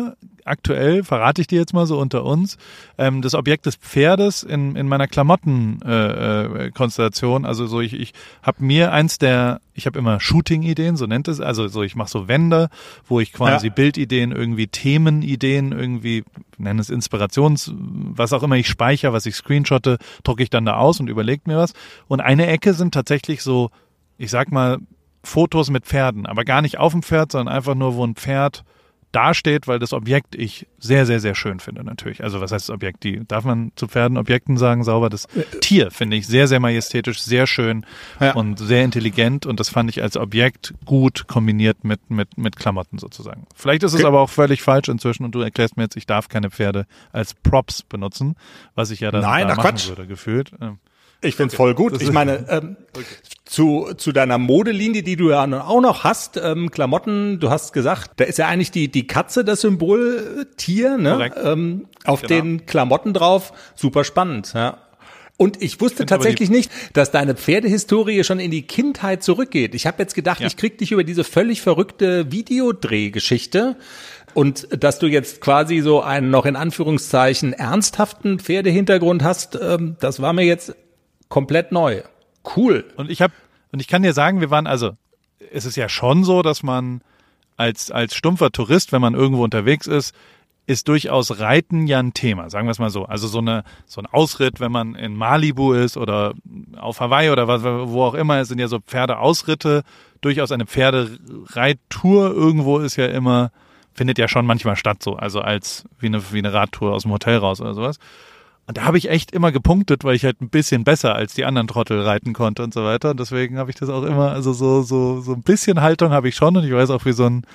[SPEAKER 4] aktuell, verrate ich dir jetzt mal so unter uns, das Objekt des Pferdes in meiner Klamotten-Konstellation. Also so ich habe mir ich habe immer Shooting-Ideen, so nennt es, also so ich mache so Wände, wo ich quasi Bildideen, irgendwie Themenideen, irgendwie nenne es Inspirations, was auch immer ich speichere, was ich screenshotte, drucke ich dann da aus und überlege mir was. Und eine Ecke sind tatsächlich so, ich sag mal, Fotos mit Pferden, aber gar nicht auf dem Pferd, sondern einfach nur, wo ein Pferd dasteht, weil das Objekt ich sehr, sehr, sehr schön finde natürlich. Also was heißt das Objekt? Darf man zu Pferden Objekten sagen, sauber? Das Tier finde ich sehr, sehr majestätisch, sehr schön und sehr intelligent und das fand ich als Objekt gut kombiniert mit Klamotten sozusagen. Vielleicht ist es aber auch völlig falsch inzwischen und du erklärst mir jetzt, ich darf keine Pferde als Props benutzen, was ich ja dann machen würde, gefühlt.
[SPEAKER 3] Ich find's voll gut. Ich meine, zu deiner Modelinie, die du ja auch noch hast, Klamotten, du hast gesagt, da ist ja eigentlich die Katze das Symboltier, ne? Auf den Klamotten drauf. Super spannend, ja. Und ich wusste tatsächlich nicht, dass deine Pferdehistorie schon in die Kindheit zurückgeht. Ich habe jetzt gedacht, ich krieg dich über diese völlig verrückte Videodrehgeschichte und dass du jetzt quasi so einen noch in Anführungszeichen ernsthaften Pferdehintergrund hast, das war mir jetzt komplett neu. Cool.
[SPEAKER 4] Und ich kann dir sagen, es ist ja schon so, dass man als stumpfer Tourist, wenn man irgendwo unterwegs ist durchaus Reiten ja ein Thema, sagen wir es mal so. Also so ein Ausritt, wenn man in Malibu ist oder auf Hawaii oder wo auch immer, es sind ja so Pferdeausritte, durchaus eine Pferdereittour irgendwo ist ja immer, findet ja schon manchmal statt so, also als wie eine Radtour aus dem Hotel raus oder sowas. Und da habe ich echt immer gepunktet, weil ich halt ein bisschen besser als die anderen Trottel reiten konnte und so weiter. Und deswegen habe ich das auch immer, also so ein bisschen Haltung habe ich schon und ich weiß auch wie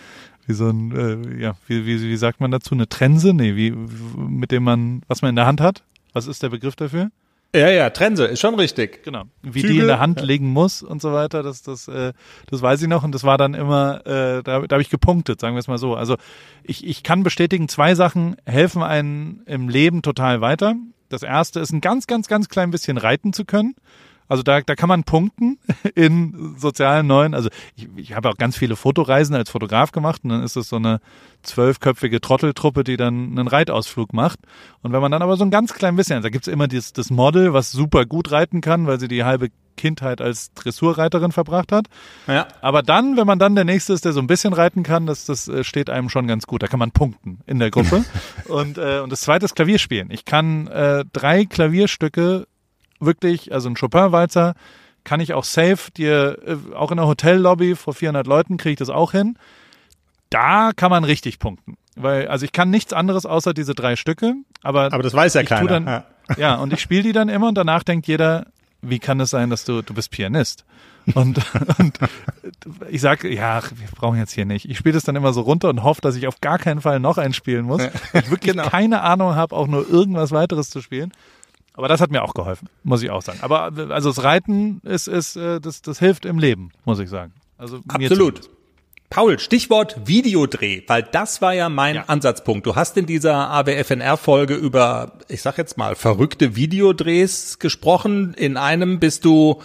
[SPEAKER 4] sagt man dazu, eine Trense? Nee, was man in der Hand hat? Was ist der Begriff dafür?
[SPEAKER 3] Ja, Trense, ist schon richtig.
[SPEAKER 4] Genau. Wie Zügel, die in der Hand legen muss und so weiter, das weiß ich noch und das war dann immer, da habe ich gepunktet, sagen wir es mal so. Also ich kann bestätigen, 2 Sachen helfen einem im Leben total weiter. Das erste ist ein ganz, ganz, ganz klein bisschen reiten zu können. Also da kann man punkten in sozialen neuen. Also ich habe auch ganz viele Fotoreisen als Fotograf gemacht und dann ist es so eine 12-köpfige Trotteltruppe, die dann einen Reitausflug macht. Und wenn man dann aber so ein ganz klein bisschen, da gibt's immer das Model, was super gut reiten kann, weil sie die halbe Kindheit als Dressurreiterin verbracht hat. Ja. Aber dann, wenn man dann der Nächste ist, der so ein bisschen reiten kann, das steht einem schon ganz gut. Da kann man punkten in der Gruppe. Und das zweite ist Klavierspielen. Ich kann 3 Klavierstücke wirklich, also ein Chopin-Walzer kann ich auch safe dir, auch in der Hotellobby vor 400 Leuten kriege ich das auch hin. Da kann man richtig punkten. Weil, also ich kann nichts anderes außer diese 3 Stücke. Aber
[SPEAKER 3] das weiß ja keiner.
[SPEAKER 4] Ja, und ich spiele die dann immer und danach denkt jeder, wie kann es sein, dass du bist Pianist? Und ich sage, ja, wir brauchen jetzt hier nicht. Ich spiele das dann immer so runter und hoffe, dass ich auf gar keinen Fall noch einspielen muss. Ich wirklich keine Ahnung habe, auch nur irgendwas weiteres zu spielen. Aber das hat mir auch geholfen, muss ich auch sagen. Aber also das Reiten das hilft im Leben, muss ich sagen. Also
[SPEAKER 3] absolut. Paul, Stichwort Videodreh, weil das war ja mein Ansatzpunkt. Du hast in dieser AWFNR-Folge über, ich sag jetzt mal, verrückte Videodrehs gesprochen. In einem bist du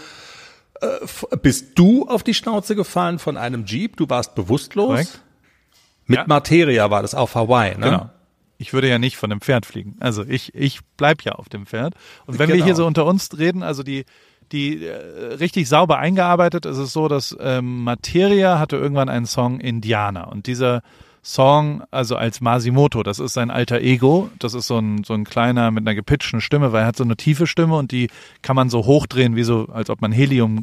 [SPEAKER 3] auf die Schnauze gefallen von einem Jeep. Du warst bewusstlos.
[SPEAKER 4] Korrekt.
[SPEAKER 3] Mit Materia war das auf Hawaii, ne?
[SPEAKER 4] Genau. Ich würde ja nicht von dem Pferd fliegen. Also ich bleib ja auf dem Pferd. Und wenn wir hier so unter uns reden, also die richtig sauber eingearbeitet ist es so, dass Materia hatte irgendwann einen Song Indianer. Und dieser Song, also als Masimoto, das ist sein alter Ego, das ist so ein kleiner mit einer gepitchten Stimme, weil er hat so eine tiefe Stimme und die kann man so hochdrehen, wie so, als ob man Helium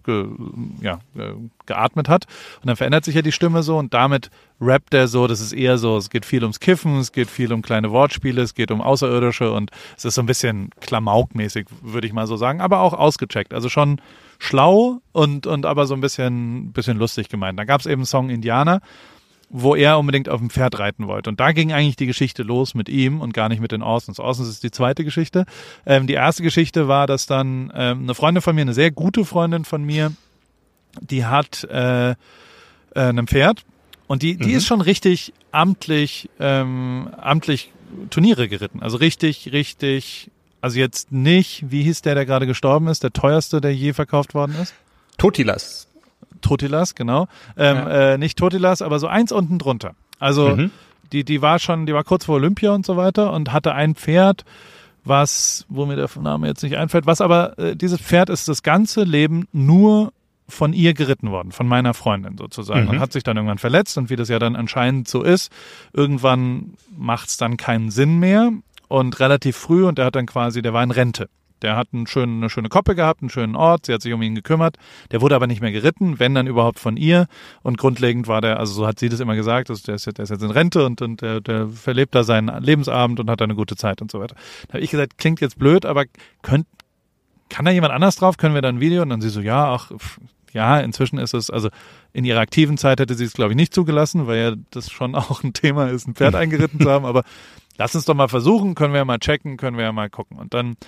[SPEAKER 4] geatmet hat. Und dann verändert sich ja die Stimme so und damit rappt er so, das ist eher so, es geht viel ums Kiffen, es geht viel um kleine Wortspiele, es geht um Außerirdische und es ist so ein bisschen klamaukmäßig, würde ich mal so sagen, aber auch ausgecheckt, also schon schlau und aber so ein bisschen lustig gemeint. Da gab es eben einen Song Indianer, wo er unbedingt auf dem Pferd reiten wollte. Und da ging eigentlich die Geschichte los mit ihm und gar nicht mit den Orsons. Orsons ist die zweite Geschichte. Die erste Geschichte war, dass dann eine Freundin von mir, eine sehr gute Freundin von mir, die hat ein Pferd und die ist schon richtig amtlich Turniere geritten. Also richtig, also jetzt nicht, wie hieß der gerade gestorben ist, der teuerste, der je verkauft worden ist?
[SPEAKER 3] Totilas,
[SPEAKER 4] genau. Nicht Totilas, aber so eins unten drunter. Also die war kurz vor Olympia und so weiter und hatte ein Pferd, wo mir der Name jetzt nicht einfällt, dieses Pferd ist das ganze Leben nur von ihr geritten worden, von meiner Freundin sozusagen, und hat sich dann irgendwann verletzt, und wie das ja dann anscheinend so ist, irgendwann macht's dann keinen Sinn mehr, und relativ früh, und der war in Rente. Der hat eine schöne Koppel gehabt, einen schönen Ort, sie hat sich um ihn gekümmert, der wurde aber nicht mehr geritten, wenn dann überhaupt von ihr, und grundlegend war der, also so hat sie das immer gesagt, also der ist jetzt in Rente und der verlebt da seinen Lebensabend und hat da eine gute Zeit und so weiter. Da habe ich gesagt, klingt jetzt blöd, aber kann da jemand anders drauf, können wir da ein Video? Und dann sie so, ja, inzwischen ist es, also in ihrer aktiven Zeit hätte sie es, glaube ich, nicht zugelassen, weil ja das schon auch ein Thema ist, ein Pferd eingeritten zu haben, aber lass uns doch mal versuchen, können wir ja mal checken, können wir ja mal gucken. Und dann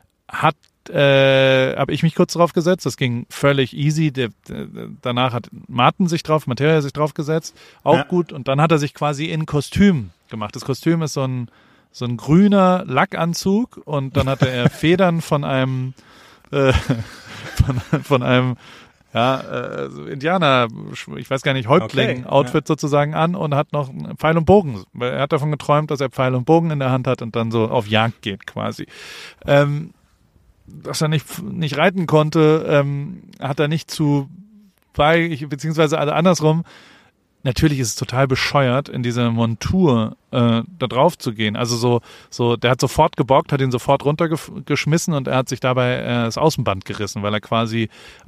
[SPEAKER 4] habe ich mich kurz drauf gesetzt, das ging völlig easy, danach hat Materia sich drauf gesetzt, auch gut, und dann hat er sich quasi in Kostüm gemacht. Das Kostüm ist so ein grüner Lackanzug, und dann hatte er Federn von einem Indianer, ich weiß gar nicht, Häuptling-Outfit sozusagen an, und hat noch Pfeil und Bogen. Weil er hat davon geträumt, dass er Pfeil und Bogen in der Hand hat und dann so auf Jagd geht quasi. Dass er nicht reiten konnte, hat er nicht beziehungsweise alle andersrum. Natürlich ist es total bescheuert, in diese Montur da drauf zu gehen. Also so, der hat sofort gebockt, hat ihn sofort runtergeschmissen, und er hat sich dabei das Außenband gerissen, weil er quasi,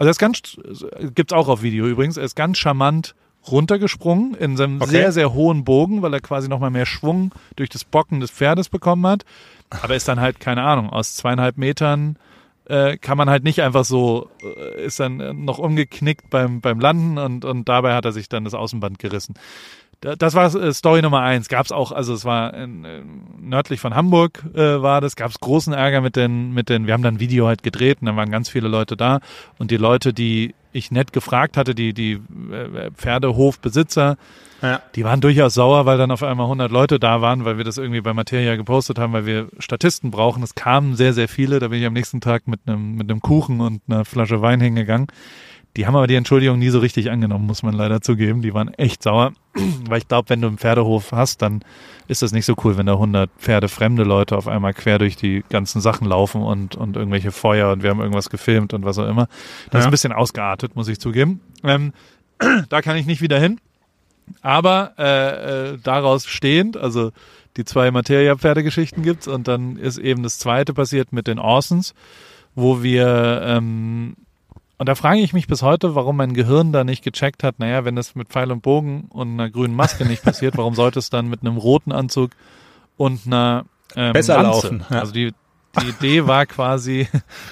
[SPEAKER 4] gibt's auch auf Video übrigens, er ist ganz charmant runtergesprungen in seinem sehr, sehr hohen Bogen, weil er quasi nochmal mehr Schwung durch das Bocken des Pferdes bekommen hat. Aber ist dann halt, keine Ahnung, aus 2,5 Metern kann man halt nicht einfach so, ist dann noch umgeknickt beim Landen, und dabei hat er sich dann das Außenband gerissen. Das war Story Nummer 1. Gab's auch, also es war nördlich von Hamburg war das, gab's großen Ärger mit den, wir haben dann ein Video halt gedreht, und dann waren ganz viele Leute da, und die Leute, die ich nett gefragt hatte, die Pferdehofbesitzer, die waren durchaus sauer, weil dann auf einmal 100 Leute da waren, weil wir das irgendwie bei Materia gepostet haben, weil wir Statisten brauchen. Es kamen sehr, sehr viele. Da bin ich am nächsten Tag mit einem Kuchen und einer Flasche Wein hingegangen. Die haben aber die Entschuldigung nie so richtig angenommen, muss man leider zugeben. Die waren echt sauer, weil ich glaube, wenn du einen Pferdehof hast, dann ist das nicht so cool, wenn da 100 pferdefremde Leute auf einmal quer durch die ganzen Sachen laufen und irgendwelche Feuer, und wir haben irgendwas gefilmt und was auch immer. Das ist ein bisschen ausgeartet, muss ich zugeben. Da kann ich nicht wieder hin. Aber daraus stehend, also die 2 Materia-Pferdegeschichten gibt's, und dann ist eben das zweite passiert mit den Orsons, wo wir und da frage ich mich bis heute, warum mein Gehirn da nicht gecheckt hat, naja, wenn das mit Pfeil und Bogen und einer grünen Maske nicht passiert, warum sollte es dann mit einem roten Anzug und einer
[SPEAKER 3] besser
[SPEAKER 4] Lanze
[SPEAKER 3] laufen? Ja.
[SPEAKER 4] Also die Idee war quasi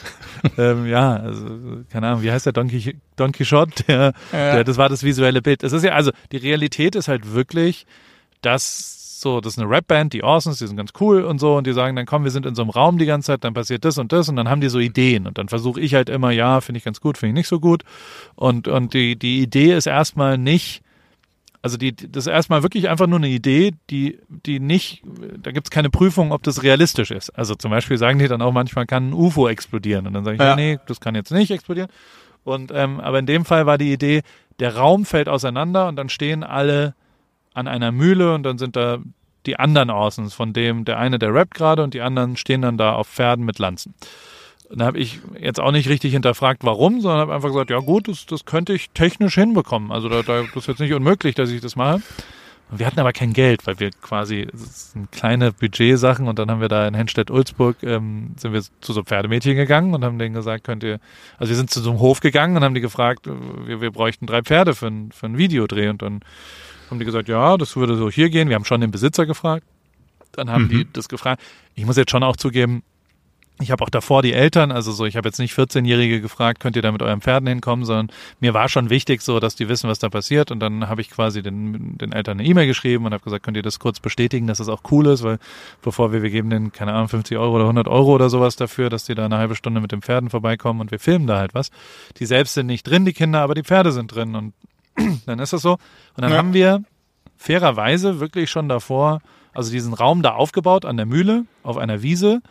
[SPEAKER 4] also keine Ahnung, wie heißt der Don Quixote, das war das visuelle Bild. Es ist ja, also die Realität ist halt wirklich, das ist eine Rapband, die Orsons, die sind ganz cool und so, und die sagen dann, komm, wir sind in so einem Raum die ganze Zeit, dann passiert das, und dann haben die so Ideen, und dann versuche ich halt immer, finde ich ganz gut, finde ich nicht so gut, und die Idee ist erstmal nicht, also das ist erstmal wirklich einfach nur eine Idee, die nicht, da gibt's keine Prüfung, ob das realistisch ist. Also zum Beispiel sagen die dann auch manchmal, kann ein UFO explodieren, und dann sage ich, nee, das kann jetzt nicht explodieren, und aber in dem Fall war die Idee, der Raum fällt auseinander, und dann stehen alle an einer Mühle, und dann sind da die anderen Orsons, von dem der eine, der rappt gerade, und die anderen stehen dann da auf Pferden mit Lanzen. Und da habe ich jetzt auch nicht richtig hinterfragt, warum, sondern habe einfach gesagt, ja gut, das könnte ich technisch hinbekommen. Also das ist jetzt nicht unmöglich, dass ich das mache. Und wir hatten aber kein Geld, weil wir quasi, das sind kleine Budgetsachen, und dann haben wir da in Henstedt-Ulzburg, sind wir zu so Pferdemädchen gegangen und haben denen gesagt, also wir sind zu so einem Hof gegangen und haben die gefragt, wir bräuchten 3 Pferde für ein Videodreh, und dann haben die gesagt, ja, das würde so hier gehen. Wir haben schon den Besitzer gefragt. Dann haben die das gefragt. Ich muss jetzt schon auch zugeben, ich habe auch davor die Eltern, also so, ich habe jetzt nicht 14-Jährige gefragt, könnt ihr da mit euren Pferden hinkommen, sondern mir war schon wichtig so, dass die wissen, was da passiert, und dann habe ich quasi den Eltern eine E-Mail geschrieben und habe gesagt, könnt ihr das kurz bestätigen, dass das auch cool ist, weil bevor wir geben denen, keine Ahnung, 50 Euro oder 100 Euro oder sowas dafür, dass die da eine halbe Stunde mit den Pferden vorbeikommen, und wir filmen da halt was. Die selbst sind nicht drin, die Kinder, aber die Pferde sind drin, und dann ist das so. Und dann haben wir fairerweise wirklich schon davor, also diesen Raum da aufgebaut an der Mühle, auf einer Wiese,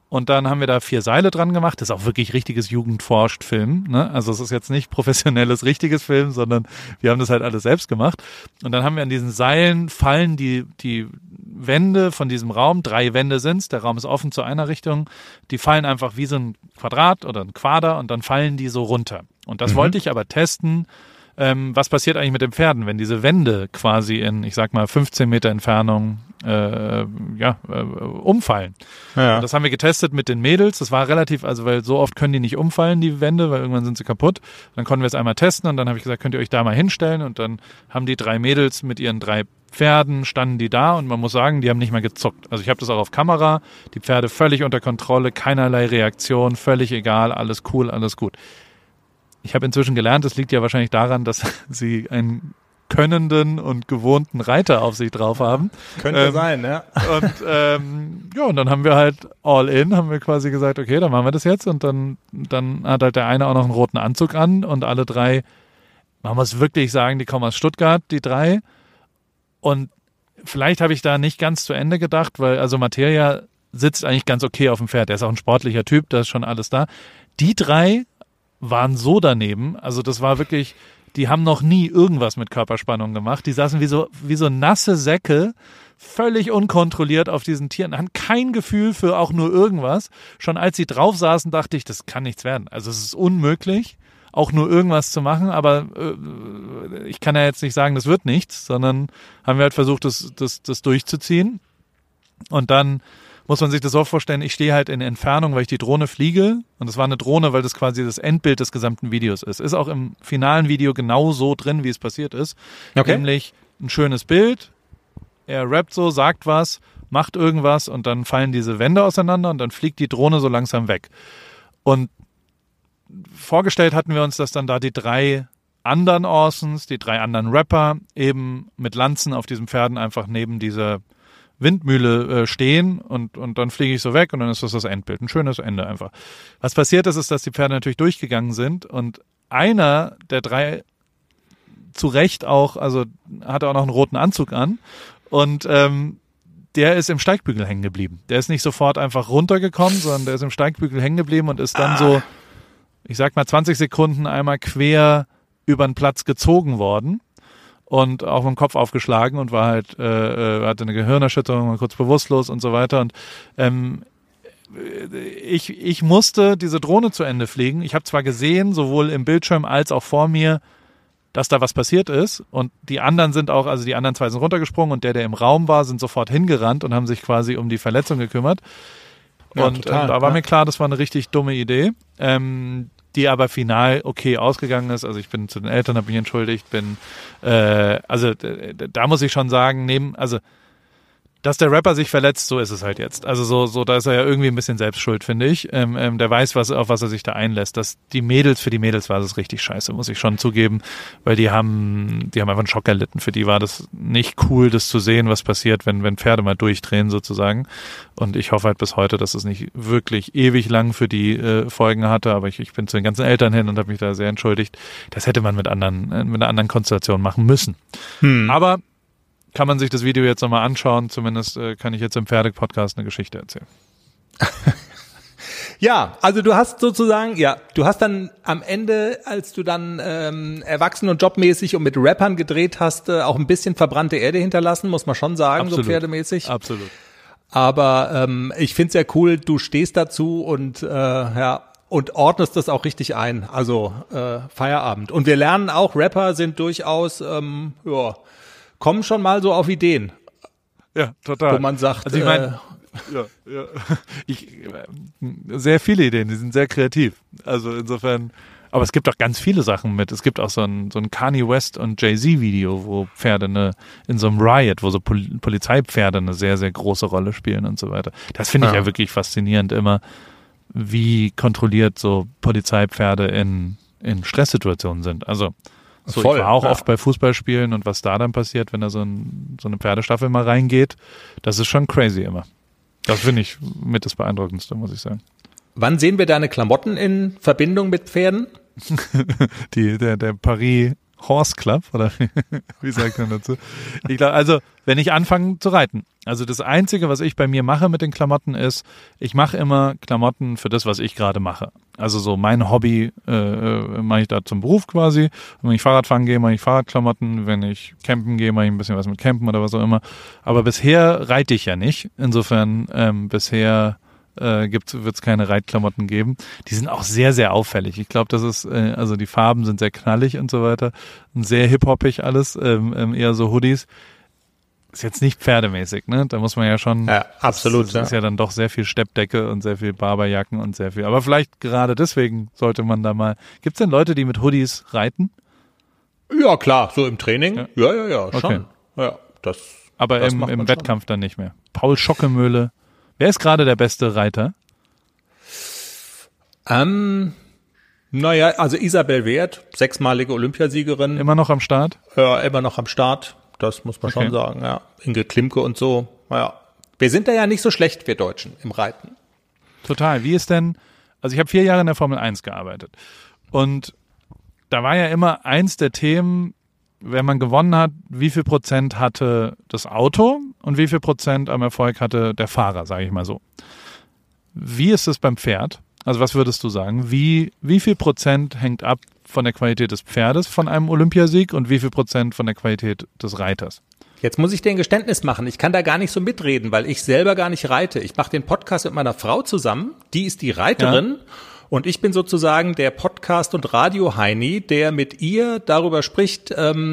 [SPEAKER 4] Und dann haben wir da 4 Seile dran gemacht. Das ist auch wirklich richtiges Jugendforscht-Film. Ne? Also es ist jetzt nicht professionelles, richtiges Film, sondern wir haben das halt alles selbst gemacht. Und dann haben wir an diesen Seilen fallen die Wände von diesem Raum. 3 Wände sind's. Der Raum ist offen zu einer Richtung. Die fallen einfach wie so ein Quadrat oder ein Quader und dann fallen die so runter. Und das wollte ich aber testen. Was passiert eigentlich mit den Pferden, wenn diese Wände quasi in, ich sag mal, 15 Meter Entfernung umfallen. Ja. Und das haben wir getestet mit den Mädels. Das war relativ, also weil so oft können die nicht umfallen, die Wände, weil irgendwann sind sie kaputt. Dann konnten wir es einmal testen und dann habe ich gesagt, könnt ihr euch da mal hinstellen und dann haben die 3 Mädels mit ihren 3 Pferden, standen die da und man muss sagen, die haben nicht mal gezuckt. Also ich habe das auch auf Kamera, die Pferde völlig unter Kontrolle, keinerlei Reaktion, völlig egal, alles cool, alles gut. Ich habe inzwischen gelernt, das liegt ja wahrscheinlich daran, dass sie einen könnenden und gewohnten Reiter auf sich drauf haben.
[SPEAKER 3] Könnte sein, ja.
[SPEAKER 4] Und dann haben wir halt all in, haben wir quasi gesagt, okay, dann machen wir das jetzt und dann hat halt der eine auch noch einen roten Anzug an und alle 3, man muss wirklich sagen, die kommen aus Stuttgart, die 3 und vielleicht habe ich da nicht ganz zu Ende gedacht, weil also Materia sitzt eigentlich ganz okay auf dem Pferd, der ist auch ein sportlicher Typ, da ist schon alles da. Die 3 waren so daneben, also das war wirklich, die haben noch nie irgendwas mit Körperspannung gemacht. Die saßen wie so nasse Säcke, völlig unkontrolliert auf diesen Tieren, hatten kein Gefühl für auch nur irgendwas. Schon als sie drauf saßen, dachte ich, das kann nichts werden. Also es ist unmöglich, auch nur irgendwas zu machen, aber ich kann ja jetzt nicht sagen, das wird nichts, sondern haben wir halt versucht, das durchzuziehen. Und dann muss man sich das so vorstellen, ich stehe halt in Entfernung, weil ich die Drohne fliege und es war eine Drohne, weil das quasi das Endbild des gesamten Videos ist. Ist auch im finalen Video genau so drin, wie es passiert ist. Okay. Nämlich ein schönes Bild, er rappt so, sagt was, macht irgendwas und dann fallen diese Wände auseinander und dann fliegt die Drohne so langsam weg. Und vorgestellt hatten wir uns, dass dann da die 3 anderen Orsons, die 3 anderen Rapper eben mit Lanzen auf diesen Pferden einfach neben dieser Windmühle stehen und dann fliege ich so weg und dann ist das Endbild. Ein schönes Ende einfach. Was passiert ist, dass die Pferde natürlich durchgegangen sind und einer der 3 zu Recht auch, also hatte auch noch einen roten Anzug an und der ist im Steigbügel hängen geblieben. Der ist nicht sofort einfach runtergekommen, sondern der ist im Steigbügel hängen geblieben und ist dann so, ich sag mal 20 Sekunden einmal quer über den Platz gezogen worden. Und auch mit dem Kopf aufgeschlagen und war halt, hatte eine Gehirnerschütterung, war kurz bewusstlos und so weiter. Und ich musste diese Drohne zu Ende fliegen. Ich habe zwar gesehen, sowohl im Bildschirm als auch vor mir, dass da was passiert ist. Und die anderen sind auch, also die anderen 2 sind runtergesprungen und der im Raum war, sind sofort hingerannt und haben sich quasi um die Verletzung gekümmert. Ja, und total, da war mir klar, das war eine richtig dumme Idee. Die aber final okay ausgegangen ist. Also ich bin zu den Eltern, habe mich entschuldigt, also da muss ich schon sagen, dass der Rapper sich verletzt, so ist es halt jetzt. Also so da ist er ja irgendwie ein bisschen selbst schuld, finde ich. Der weiß, auf was er sich da einlässt. Für die Mädels war das richtig scheiße, muss ich schon zugeben, weil die haben einfach einen Schock erlitten. Für die war das nicht cool, das zu sehen, was passiert, wenn Pferde mal durchdrehen sozusagen. Und ich hoffe halt bis heute, dass es nicht wirklich ewig lang für die Folgen hatte, aber ich bin zu den ganzen Eltern hin und habe mich da sehr entschuldigt. Das hätte man mit einer anderen Konstellation machen müssen. Aber kann man sich das Video jetzt nochmal anschauen. Zumindest kann ich jetzt im Pferde-Podcast eine Geschichte erzählen.
[SPEAKER 3] Ja, also du hast dann am Ende, als du dann erwachsen und jobmäßig und mit Rappern gedreht hast, auch ein bisschen verbrannte Erde hinterlassen, muss man schon sagen, absolut, so pferdemäßig.
[SPEAKER 4] Absolut.
[SPEAKER 3] Aber ich find's ja cool, du stehst dazu und und ordnest das auch richtig ein. Also Feierabend. Und wir lernen auch, Rapper sind durchaus kommen schon mal so auf Ideen.
[SPEAKER 4] Ja, total.
[SPEAKER 3] Wo man sagt,
[SPEAKER 4] also ich meine, sehr viele Ideen, die sind sehr kreativ. Also insofern, aber es gibt auch ganz viele Sachen mit. Es gibt auch so ein Kanye West und Jay-Z Video, wo Pferde in so einem Riot, wo so Polizeipferde eine sehr, sehr große Rolle spielen und so weiter. Das finde ich ja wirklich faszinierend immer, wie kontrolliert so Polizeipferde in Stresssituationen sind. Also ich war auch oft bei Fußballspielen und was da dann passiert, wenn da so eine Pferdestaffel mal reingeht, das ist schon crazy immer. Das finde ich mit das Beeindruckendste, muss ich sagen.
[SPEAKER 3] Wann sehen wir deine Klamotten in Verbindung mit Pferden?
[SPEAKER 4] Der Paris Horse Club, oder wie sagt man dazu? Ich glaube, also, wenn ich anfange zu reiten. Also das Einzige, was ich bei mir mache mit den Klamotten ist, ich mache immer Klamotten für das, was ich gerade mache. Also so mein Hobby mache ich da zum Beruf quasi. Wenn ich Fahrrad fahren gehe, mache ich Fahrradklamotten. Wenn ich campen gehe, mache ich ein bisschen was mit Campen oder was auch immer. Aber bisher reite ich ja nicht. Insofern bisher wird es keine Reitklamotten geben. Die sind auch sehr, sehr auffällig. Ich glaube, das ist, also die Farben sind sehr knallig und so weiter. Und sehr hip-hoppig alles, eher so Hoodies. Ist jetzt nicht pferdemäßig, ne? Da muss man ja schon.
[SPEAKER 3] Ja, absolut.
[SPEAKER 4] Das ist ja dann doch sehr viel Steppdecke und sehr viel Barberjacken und sehr viel. Aber vielleicht gerade deswegen sollte man da mal. Gibt's denn Leute, die mit Hoodies reiten?
[SPEAKER 3] Ja, klar, so im Training. Ja, schon.
[SPEAKER 4] Okay.
[SPEAKER 3] Ja,
[SPEAKER 4] aber
[SPEAKER 3] das
[SPEAKER 4] im Wettkampf dann nicht mehr. Paul Schockemöhle. Wer ist gerade der beste Reiter?
[SPEAKER 3] Naja, also Isabel Wert, 6-malige Olympiasiegerin.
[SPEAKER 4] Immer noch am Start?
[SPEAKER 3] Ja, immer noch am Start. Das muss man schon sagen, ja. Ingrid Klimke und so. Naja. Wir sind da ja nicht so schlecht, wir Deutschen, im Reiten.
[SPEAKER 4] Total. Wie ist denn, also ich habe 4 Jahre in der Formel 1 gearbeitet. Und da war ja immer eins der Themen, wenn man gewonnen hat, wie viel Prozent hatte das Auto und wie viel Prozent am Erfolg hatte der Fahrer, sage ich mal so. Wie ist es beim Pferd? Also was würdest du sagen? Wie viel Prozent hängt ab von der Qualität des Pferdes von einem Olympiasieg und wie viel Prozent von der Qualität des Reiters?
[SPEAKER 3] Jetzt muss ich dir ein Geständnis machen. Ich kann da gar nicht so mitreden, weil ich selber gar nicht reite. Ich mache den Podcast mit meiner Frau zusammen. Die ist die Reiterin. Ja. Und ich bin sozusagen der Podcast- und Radio-Heini, der mit ihr darüber spricht,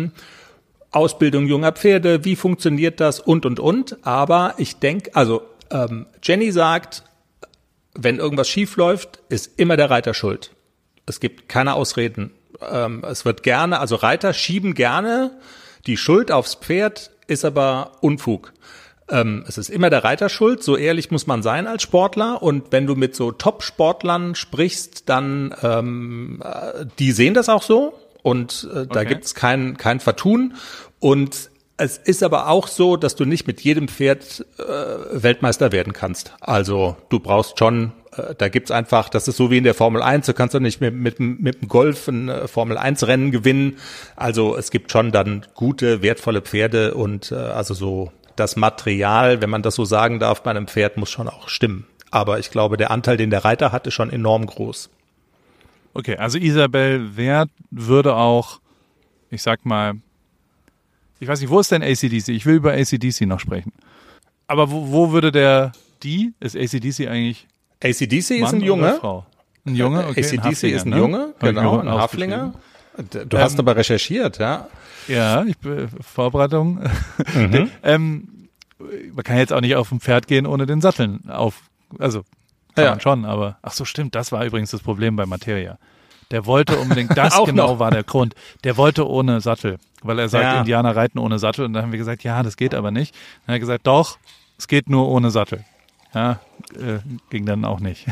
[SPEAKER 3] Ausbildung junger Pferde, wie funktioniert das und. Aber ich denke, also Jenny sagt, wenn irgendwas schief läuft, ist immer der Reiter schuld. Es gibt keine Ausreden. Es wird gerne, also Reiter schieben gerne die Schuld aufs Pferd, ist aber Unfug. Es ist immer der Reiter schuld, so ehrlich muss man sein als Sportler. Und wenn du mit so Top-Sportlern sprichst, dann die sehen das auch so und da gibt's kein Vertun. Und es ist aber auch so, dass du nicht mit jedem Pferd Weltmeister werden kannst. Also du brauchst schon, da gibt's einfach, das ist so wie in der Formel 1, du kannst doch nicht mit dem Golf ein Formel 1 Rennen gewinnen. Also es gibt schon dann gute, wertvolle Pferde und also so das Material, wenn man das so sagen darf, bei einem Pferd muss schon auch stimmen. Aber ich glaube, der Anteil, den der Reiter hat, ist schon enorm groß.
[SPEAKER 4] Okay, also Isabel Wert würde auch, ich sag mal, ich weiß nicht, wo ist denn AC/DC? Ich will über AC/DC noch sprechen. Aber wo würde ist AC/DC eigentlich
[SPEAKER 3] AC/DC
[SPEAKER 4] Mann
[SPEAKER 3] ist ein Junge.
[SPEAKER 4] Oder Frau? Ein Junge? Okay,
[SPEAKER 3] AC/DC ist ein Junge, genau, ein Haflinger. Du hast aber recherchiert, ja?
[SPEAKER 4] Ja, Vorbereitung. Man kann jetzt auch nicht auf ein Pferd gehen, ohne den Satteln also kann man schon, aber ach so, stimmt, das war übrigens das Problem bei Materia. Der wollte unbedingt, das genau noch. War der Grund. Der wollte ohne Sattel, weil er sagt, Indianer reiten ohne Sattel. Und dann haben wir gesagt, ja, das geht aber nicht. Dann hat er gesagt, doch, es geht nur ohne Sattel. Ja, ging dann auch nicht.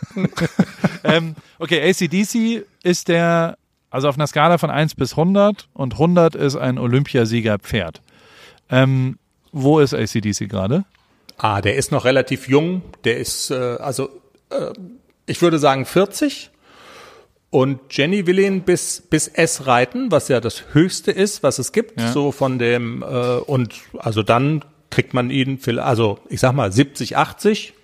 [SPEAKER 4] Okay, AC/DC ist also auf einer Skala von 1 bis 100 und 100 ist ein Olympiasieger-Pferd. Wo ist AC/DC gerade?
[SPEAKER 3] Der ist noch relativ jung. Der ist, ich würde sagen 40. Und Jenny will ihn bis S reiten, was ja das Höchste ist, was es gibt. Ja. So von dem, und also dann kriegt man ihn, also ich sag mal 70, 80.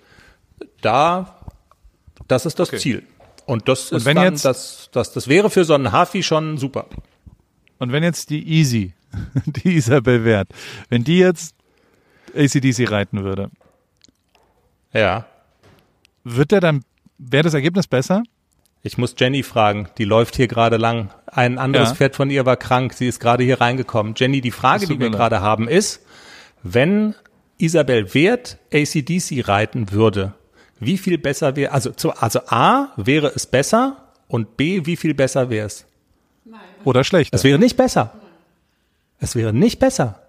[SPEAKER 3] Das ist das Ziel. Und das ist dann, das wäre für so einen Hafi schon super.
[SPEAKER 4] Und wenn jetzt die Isabel Wert, wenn die jetzt AC/DC reiten würde.
[SPEAKER 3] Ja.
[SPEAKER 4] Wäre das Ergebnis besser?
[SPEAKER 3] Ich muss Jenny fragen, die läuft hier gerade lang. Ein anderes Pferd von ihr war krank, sie ist gerade hier reingekommen. Jenny, die Frage, die wir gerade haben, ist, wenn Isabel Wert AC/DC reiten würde, wie viel besser wäre, also A, wäre es besser und B, wie viel besser wäre es?
[SPEAKER 4] Nein. Oder schlechter?
[SPEAKER 3] Es wäre nicht besser. Es wäre nicht besser.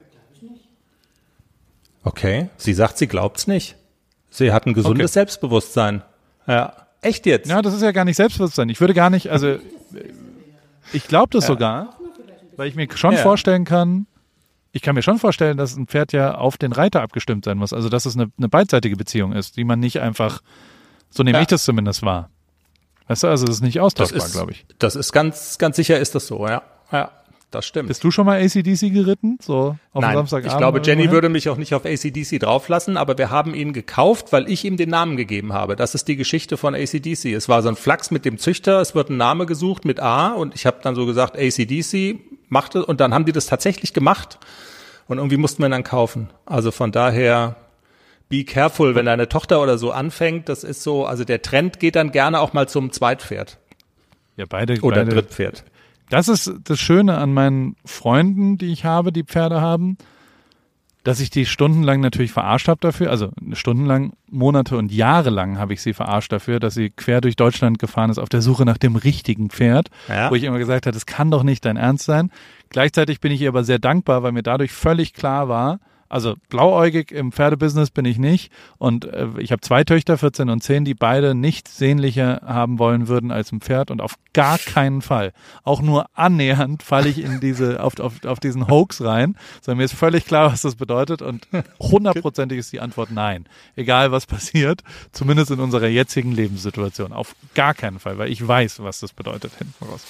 [SPEAKER 3] Okay, sie sagt, sie glaubt's nicht. Sie hat ein gesundes Selbstbewusstsein. Ja. Echt jetzt?
[SPEAKER 4] Ja, das ist ja gar nicht Selbstbewusstsein. Ich würde gar nicht, also ich glaube das sogar, weil ich mir schon vorstellen kann, dass ein Pferd ja auf den Reiter abgestimmt sein muss. Also dass es eine beidseitige Beziehung ist, die man nicht einfach, so nehme ich das zumindest wahr. Weißt du, also das ist nicht austauschbar, glaube ich.
[SPEAKER 3] Das ist ganz, ganz sicher ist das so, ja. Das stimmt.
[SPEAKER 4] Bist du schon mal AC/DC geritten? So auf
[SPEAKER 3] Nein,
[SPEAKER 4] Samstagabend?
[SPEAKER 3] Ich glaube, Jenny würde mich auch nicht auf AC/DC drauflassen, aber wir haben ihn gekauft, weil ich ihm den Namen gegeben habe. Das ist die Geschichte von AC/DC. Es war so ein Flachs mit dem Züchter, es wird ein Name gesucht mit A und ich habe dann so gesagt, AC/DC macht es und dann haben die das tatsächlich gemacht und irgendwie mussten wir ihn dann kaufen. Also von daher be careful, wenn deine Tochter oder so anfängt, das ist so, also der Trend geht dann gerne auch mal zum Zweitpferd.
[SPEAKER 4] Ja, beide.
[SPEAKER 3] Drittpferd.
[SPEAKER 4] Das ist das Schöne an meinen Freunden, die ich habe, die Pferde haben, dass ich die stundenlang natürlich verarscht habe dafür, also stundenlang, Monate und Jahre lang habe ich sie verarscht dafür, dass sie quer durch Deutschland gefahren ist auf der Suche nach dem richtigen Pferd, wo ich immer gesagt habe, das kann doch nicht dein Ernst sein. Gleichzeitig bin ich ihr aber sehr dankbar, weil mir dadurch völlig klar war, also blauäugig im Pferdebusiness bin ich nicht und ich habe 2 Töchter, 14 und 10, die beide nichts sehnlicher haben wollen würden als ein Pferd und auf gar keinen Fall, auch nur annähernd falle ich in auf diesen Hoax rein, sondern mir ist völlig klar, was das bedeutet und 100%ig ist die Antwort nein. Egal was passiert, zumindest in unserer jetzigen Lebenssituation, auf gar keinen Fall, weil ich weiß, was das bedeutet hinten raus.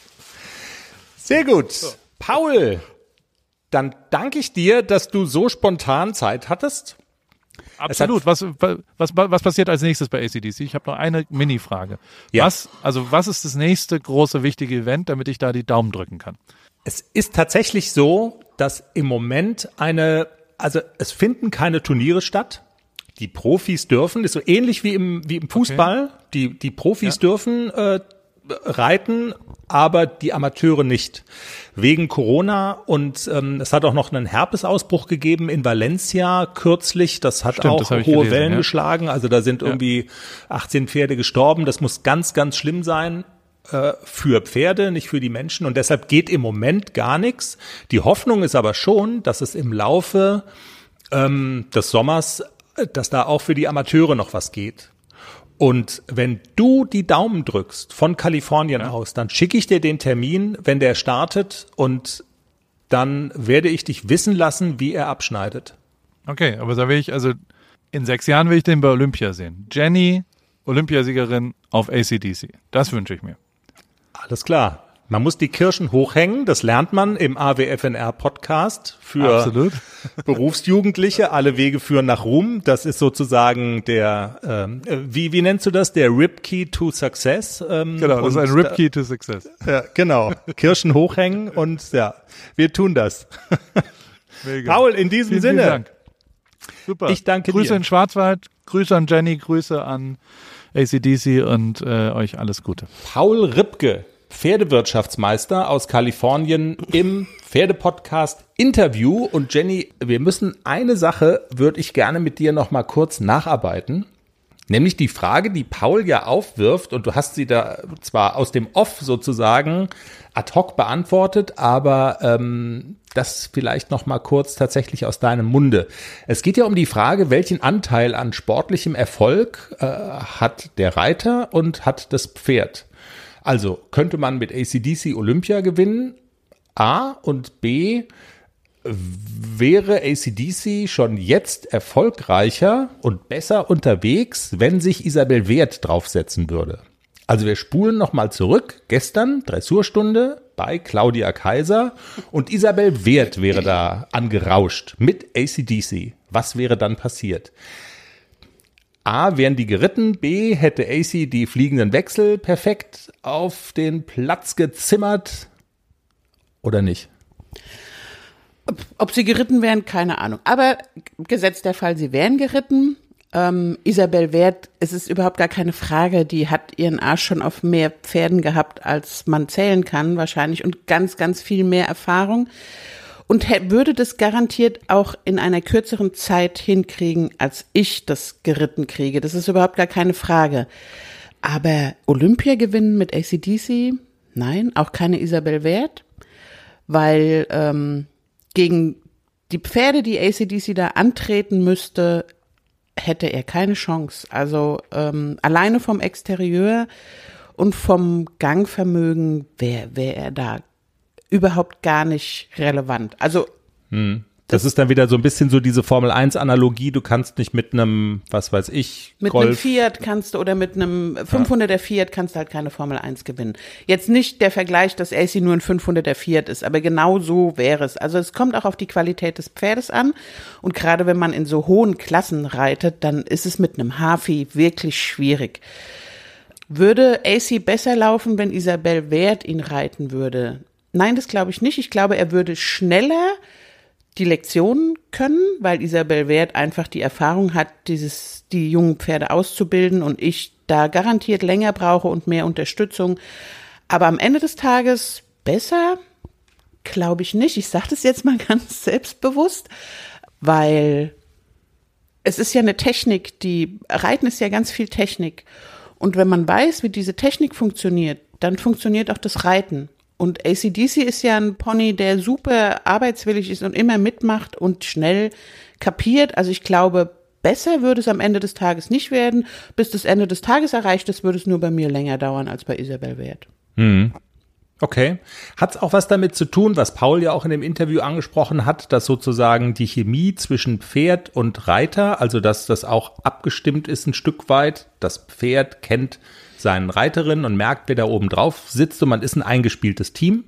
[SPEAKER 3] Sehr gut. So. Paul, dann danke ich dir, dass du so spontan Zeit hattest.
[SPEAKER 4] Absolut. Was passiert als nächstes bei AC/DC? Ich habe noch eine Mini-Frage.
[SPEAKER 3] Ja.
[SPEAKER 4] Was ist das nächste große, wichtige Event, damit ich da die Daumen drücken kann?
[SPEAKER 3] Es ist tatsächlich so, dass im Moment es finden keine Turniere statt. Die Profis dürfen, ist so ähnlich wie im Fußball. Okay. Die Profis dürfen reiten, aber die Amateure nicht. Wegen Corona und es hat auch noch einen Herpesausbruch gegeben in Valencia kürzlich. Das hat auch hohe Wellen geschlagen. Also da sind irgendwie 18 Pferde gestorben. Das muss ganz, ganz schlimm sein für Pferde, nicht für die Menschen. Und deshalb geht im Moment gar nichts. Die Hoffnung ist aber schon, dass es im Laufe des Sommers, dass da auch für die Amateure noch was geht. Und wenn du die Daumen drückst von Kalifornien aus, dann schicke ich dir den Termin, wenn der startet und dann werde ich dich wissen lassen, wie er abschneidet.
[SPEAKER 4] Okay, aber da will ich, also in 6 Jahren will ich den bei Olympia sehen. Jenny, Olympiasiegerin auf AC/DC. Das wünsche ich mir.
[SPEAKER 3] Alles klar. Man muss die Kirschen hochhängen, das lernt man im AWFNR-Podcast für Berufsjugendliche. Alle Wege führen nach Ruhm. Das ist sozusagen der, wie nennst du das? Der Ripkey to Success.
[SPEAKER 4] Genau, das ist ein Ripkey to Success.
[SPEAKER 3] Ja, genau. Kirschen hochhängen und ja, wir tun das. Mega. Paul, in diesem Sinne.
[SPEAKER 4] Vielen Dank. Super.
[SPEAKER 3] Ich danke
[SPEAKER 4] Grüße
[SPEAKER 3] dir.
[SPEAKER 4] in Schwarzwald, Grüße an Jenny, Grüße an AC/DC und euch alles Gute.
[SPEAKER 3] Paul Ripke, Pferdewirtschaftsmeister aus Kalifornien im Pferdepodcast Interview. Und Jenny, wir müssen eine Sache, würde ich gerne mit dir noch mal kurz nacharbeiten. Nämlich die Frage, die Paul ja aufwirft, und du hast sie da zwar aus dem Off sozusagen ad hoc beantwortet, aber das vielleicht noch mal kurz tatsächlich aus deinem Munde. Es geht ja um die Frage, welchen Anteil an sportlichem Erfolg hat der Reiter und hat das Pferd? Also könnte man mit AC/DC Olympia gewinnen? A, und B, wäre AC/DC schon jetzt erfolgreicher und besser unterwegs, wenn sich Isabel Wert draufsetzen würde? Also wir spulen nochmal zurück. Gestern, Dressurstunde bei Claudia Kaiser und Isabel Wert wäre da angerauscht mit AC/DC. Was wäre dann passiert? A, wären die geritten, B, hätte AC die fliegenden Wechsel perfekt auf den Platz gezimmert oder nicht?
[SPEAKER 1] Ob sie geritten wären, keine Ahnung. Aber gesetzt der Fall, sie wären geritten. Isabel Wert, es ist überhaupt gar keine Frage, die hat ihren Arsch schon auf mehr Pferden gehabt, als man zählen kann wahrscheinlich und ganz, ganz viel mehr Erfahrung. Und würde das garantiert auch in einer kürzeren Zeit hinkriegen, als ich das geritten kriege. Das ist überhaupt gar keine Frage. Aber Olympia gewinnen mit AC/DC? Nein, auch keine Isabel Wert. Weil gegen die Pferde, die AC/DC da antreten müsste, hätte er keine Chance. Also alleine vom Exterieur und vom Gangvermögen wäre er da überhaupt gar nicht relevant. Also
[SPEAKER 3] Das ist dann wieder so ein bisschen so diese Formel-1-Analogie. Du kannst nicht mit einem, was weiß ich,
[SPEAKER 1] mit
[SPEAKER 3] Golf.
[SPEAKER 1] einem Fiat kannst du oder mit einem 500er Fiat kannst du halt keine Formel 1 gewinnen. Jetzt nicht der Vergleich, dass AC nur ein 500er Fiat ist, aber genau so wäre es. Also es kommt auch auf die Qualität des Pferdes an und gerade wenn man in so hohen Klassen reitet, dann ist es mit einem Hafi wirklich schwierig. Würde AC besser laufen, wenn Isabel Wert ihn reiten würde? Nein, das glaube ich nicht. Ich glaube, er würde schneller die Lektionen können, weil Isabel Wert einfach die Erfahrung hat, die jungen Pferde auszubilden und ich da garantiert länger brauche und mehr Unterstützung. Aber am Ende des Tages besser, glaube ich nicht. Ich sage das jetzt mal ganz selbstbewusst, weil es ist ja eine Technik, Reiten ist ja ganz viel Technik. Und wenn man weiß, wie diese Technik funktioniert, dann funktioniert auch das Reiten. Und AC/DC ist ja ein Pony, der super arbeitswillig ist und immer mitmacht und schnell kapiert. Also ich glaube, besser würde es am Ende des Tages nicht werden. Bis das Ende des Tages erreicht ist, würde es nur bei mir länger dauern als bei Isabel Wert.
[SPEAKER 3] Okay. Hat es auch was damit zu tun, was Paul ja auch in dem Interview angesprochen hat, dass sozusagen die Chemie zwischen Pferd und Reiter, also dass das auch abgestimmt ist ein Stück weit, das Pferd kennt seinen Reiterinnen und merkt, wer da oben drauf sitzt und man ist ein eingespieltes Team?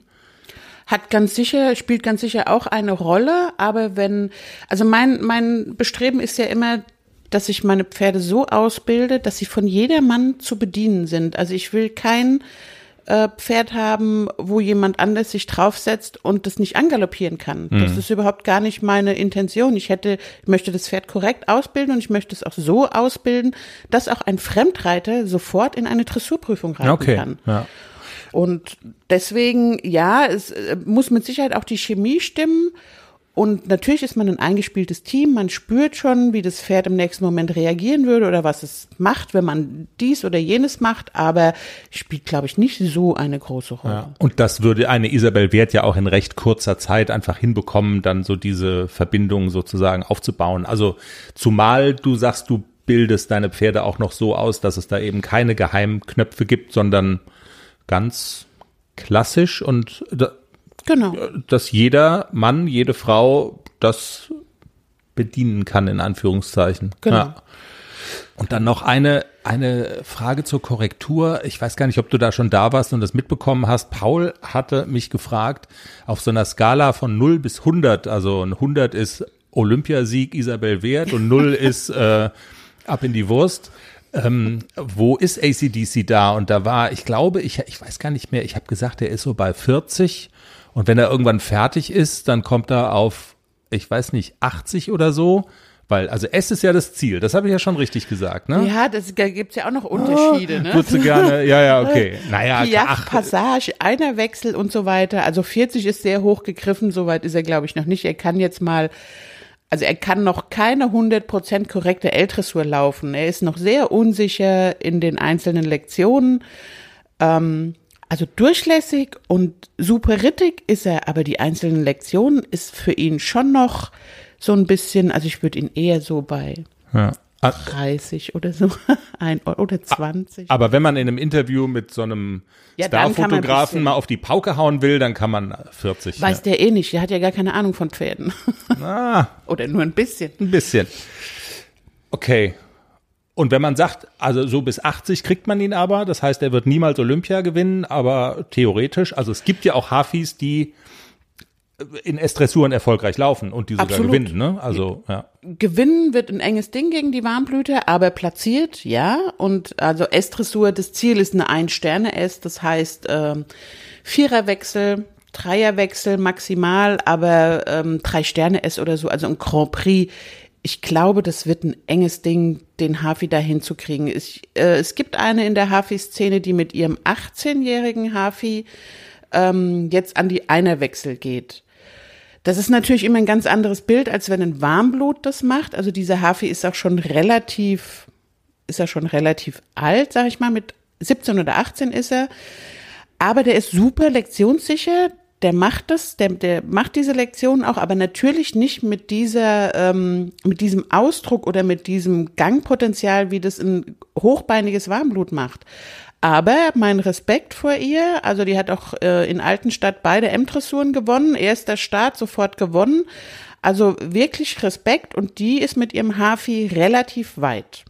[SPEAKER 3] Spielt ganz sicher auch eine Rolle, aber also mein Bestreben ist ja immer, dass ich meine Pferde so ausbilde, dass sie von jedermann zu bedienen sind. Also ich will kein Pferd haben, wo jemand anders sich draufsetzt und das nicht angaloppieren kann. Das ist überhaupt gar nicht meine Intention. Ich möchte das Pferd korrekt ausbilden und ich möchte es auch so ausbilden, dass auch ein Fremdreiter sofort in eine Dressurprüfung reiten kann. Ja. Und deswegen, ja, es muss mit Sicherheit auch die Chemie stimmen. Und natürlich ist man ein eingespieltes Team, man spürt schon, wie das Pferd im nächsten Moment reagieren würde oder was es macht, wenn man dies oder jenes macht, aber spielt, glaube ich, nicht so eine große Rolle. Ja. Und das würde eine Isabel Wert ja auch in recht kurzer Zeit einfach hinbekommen, dann so diese Verbindung sozusagen aufzubauen. Also zumal du sagst, du bildest deine Pferde auch noch so aus, dass es da eben keine Geheimknöpfe gibt, sondern ganz klassisch und genau, dass jeder Mann, jede Frau das bedienen kann, in Anführungszeichen. Genau. Ja. Und dann noch eine Frage zur Korrektur. Ich weiß gar nicht, ob du da schon da warst und das mitbekommen hast. Paul hatte mich gefragt, auf so einer Skala von 0 bis 100, also ein 100 ist Olympiasieg Isabel Wert und 0 ist ab in die Wurst. Wo ist AC/DC da? Und da war, ich glaube, ich weiß gar nicht mehr, ich habe gesagt, er ist so bei 40. Und wenn er irgendwann fertig ist, dann kommt er auf, ich weiß nicht, 80 oder so. Weil, also S ist ja das Ziel. Das habe ich ja schon richtig gesagt, ne?
[SPEAKER 1] Ja, da gibt's ja auch noch Unterschiede, ne?
[SPEAKER 3] Würdest du gerne, ja, okay. Naja,
[SPEAKER 1] Piaf, Passage, einer Wechsel und so weiter. Also 40 ist sehr hoch gegriffen, soweit ist er, glaube ich, noch nicht. Er kann noch keine 100% korrekte L-Dressur laufen. Er ist noch sehr unsicher in den einzelnen Lektionen. Also durchlässig und super rittig ist er, aber die einzelnen Lektionen ist für ihn schon noch so ein bisschen, also ich würde ihn eher so bei 30 oder so oder 20.
[SPEAKER 3] Aber wenn man in einem Interview mit so einem Starfotografen mal auf die Pauke hauen will, dann kann man 40.
[SPEAKER 1] Weiß der eh nicht, der hat ja gar keine Ahnung von Pferden. Oder nur ein bisschen.
[SPEAKER 3] Ein bisschen. Okay. Und wenn man sagt, also so bis 80 kriegt man ihn aber, das heißt, er wird niemals Olympia gewinnen, aber theoretisch, also es gibt ja auch Hafis, die in S-Dressuren erfolgreich laufen und die sogar gewinnen, ne? Also, ja.
[SPEAKER 1] Gewinnen wird ein enges Ding gegen die Warmblüter, aber platziert, ja. Und also S-Dressur, das Ziel ist eine 1-Sterne-S, das heißt 4er-Wechsel, 3er-Wechsel maximal, aber 3-Sterne-S oder so, also ein Grand Prix. Ich glaube, das wird ein enges Ding, den Hafi da hinzukriegen. Es gibt eine in der Hafi-Szene, die mit ihrem 18-jährigen Hafi jetzt an die Einerwechsel geht. Das ist natürlich immer ein ganz anderes Bild, als wenn ein Warmblut das macht. Also dieser Hafi ist auch schon relativ alt, sag ich mal, mit 17 oder 18 ist er. Aber der ist super lektionssicher. Der macht diese Lektion auch, aber natürlich nicht mit diesem Ausdruck oder mit diesem Gangpotenzial, wie das ein hochbeiniges Warmblut macht. Aber mein Respekt vor ihr, also die hat auch in Altenstadt beide M-Dressuren gewonnen, erster Start sofort gewonnen. Also wirklich Respekt und die ist mit ihrem Hafi relativ weit.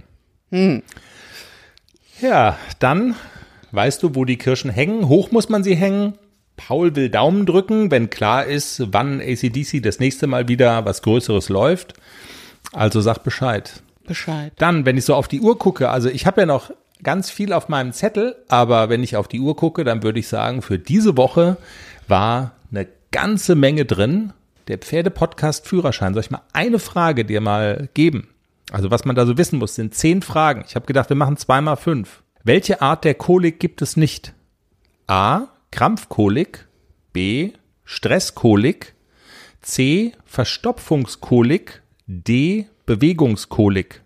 [SPEAKER 3] Ja, dann weißt du, wo die Kirschen hängen. Hoch muss man sie hängen. Paul will Daumen drücken, wenn klar ist, wann AC/DC das nächste Mal wieder was Größeres läuft. Also sag Bescheid. Dann, wenn ich so auf die Uhr gucke, also ich habe ja noch ganz viel auf meinem Zettel, aber wenn ich auf die Uhr gucke, dann würde ich sagen, für diese Woche war eine ganze Menge drin. Der Pferde-Podcast Führerschein. Soll ich mal eine Frage dir mal geben? Also was man da so wissen muss, sind 10 Fragen. Ich habe gedacht, wir machen 2 mal 5. Welche Art der Kolik gibt es nicht? A. Krampfkolik. B. Stresskolik. C. Verstopfungskolik. D. Bewegungskolik.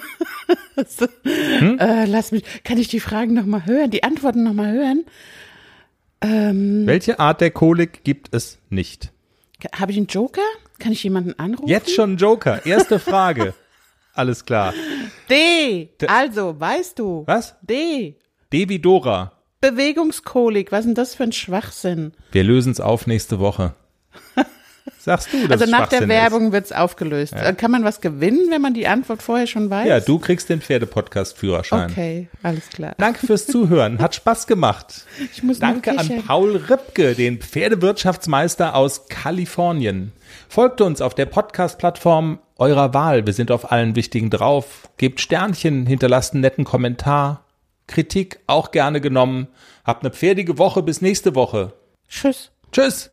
[SPEAKER 1] Kann ich die Fragen nochmal hören, die Antworten nochmal hören?
[SPEAKER 3] Welche Art der Kolik gibt es nicht?
[SPEAKER 1] Habe ich einen Joker? Kann ich jemanden anrufen?
[SPEAKER 3] Jetzt schon Joker. Erste Frage. Alles klar.
[SPEAKER 1] D. Also, weißt du.
[SPEAKER 3] Was?
[SPEAKER 1] D.
[SPEAKER 3] D wie Dora.
[SPEAKER 1] Bewegungskolik. Was ist denn das für ein Schwachsinn?
[SPEAKER 3] Wir lösen es auf nächste Woche. Sagst du, dass
[SPEAKER 1] Also nach der
[SPEAKER 3] Schwachsinn
[SPEAKER 1] Werbung wird's aufgelöst. Ja. Kann man was gewinnen, wenn man die Antwort vorher schon weiß?
[SPEAKER 3] Ja, du kriegst den Pferde-Podcast-Führerschein.
[SPEAKER 1] Okay, alles klar.
[SPEAKER 3] Danke fürs Zuhören. Hat Spaß gemacht. Danke an Paul Ripke, den Pferdewirtschaftsmeister aus Kalifornien. Folgt uns auf der Podcast-Plattform eurer Wahl. Wir sind auf allen wichtigen drauf. Gebt Sternchen, hinterlasst einen netten Kommentar. Kritik auch gerne genommen. Habt eine pferdige Woche. Bis nächste Woche.
[SPEAKER 1] Tschüss.
[SPEAKER 3] Tschüss.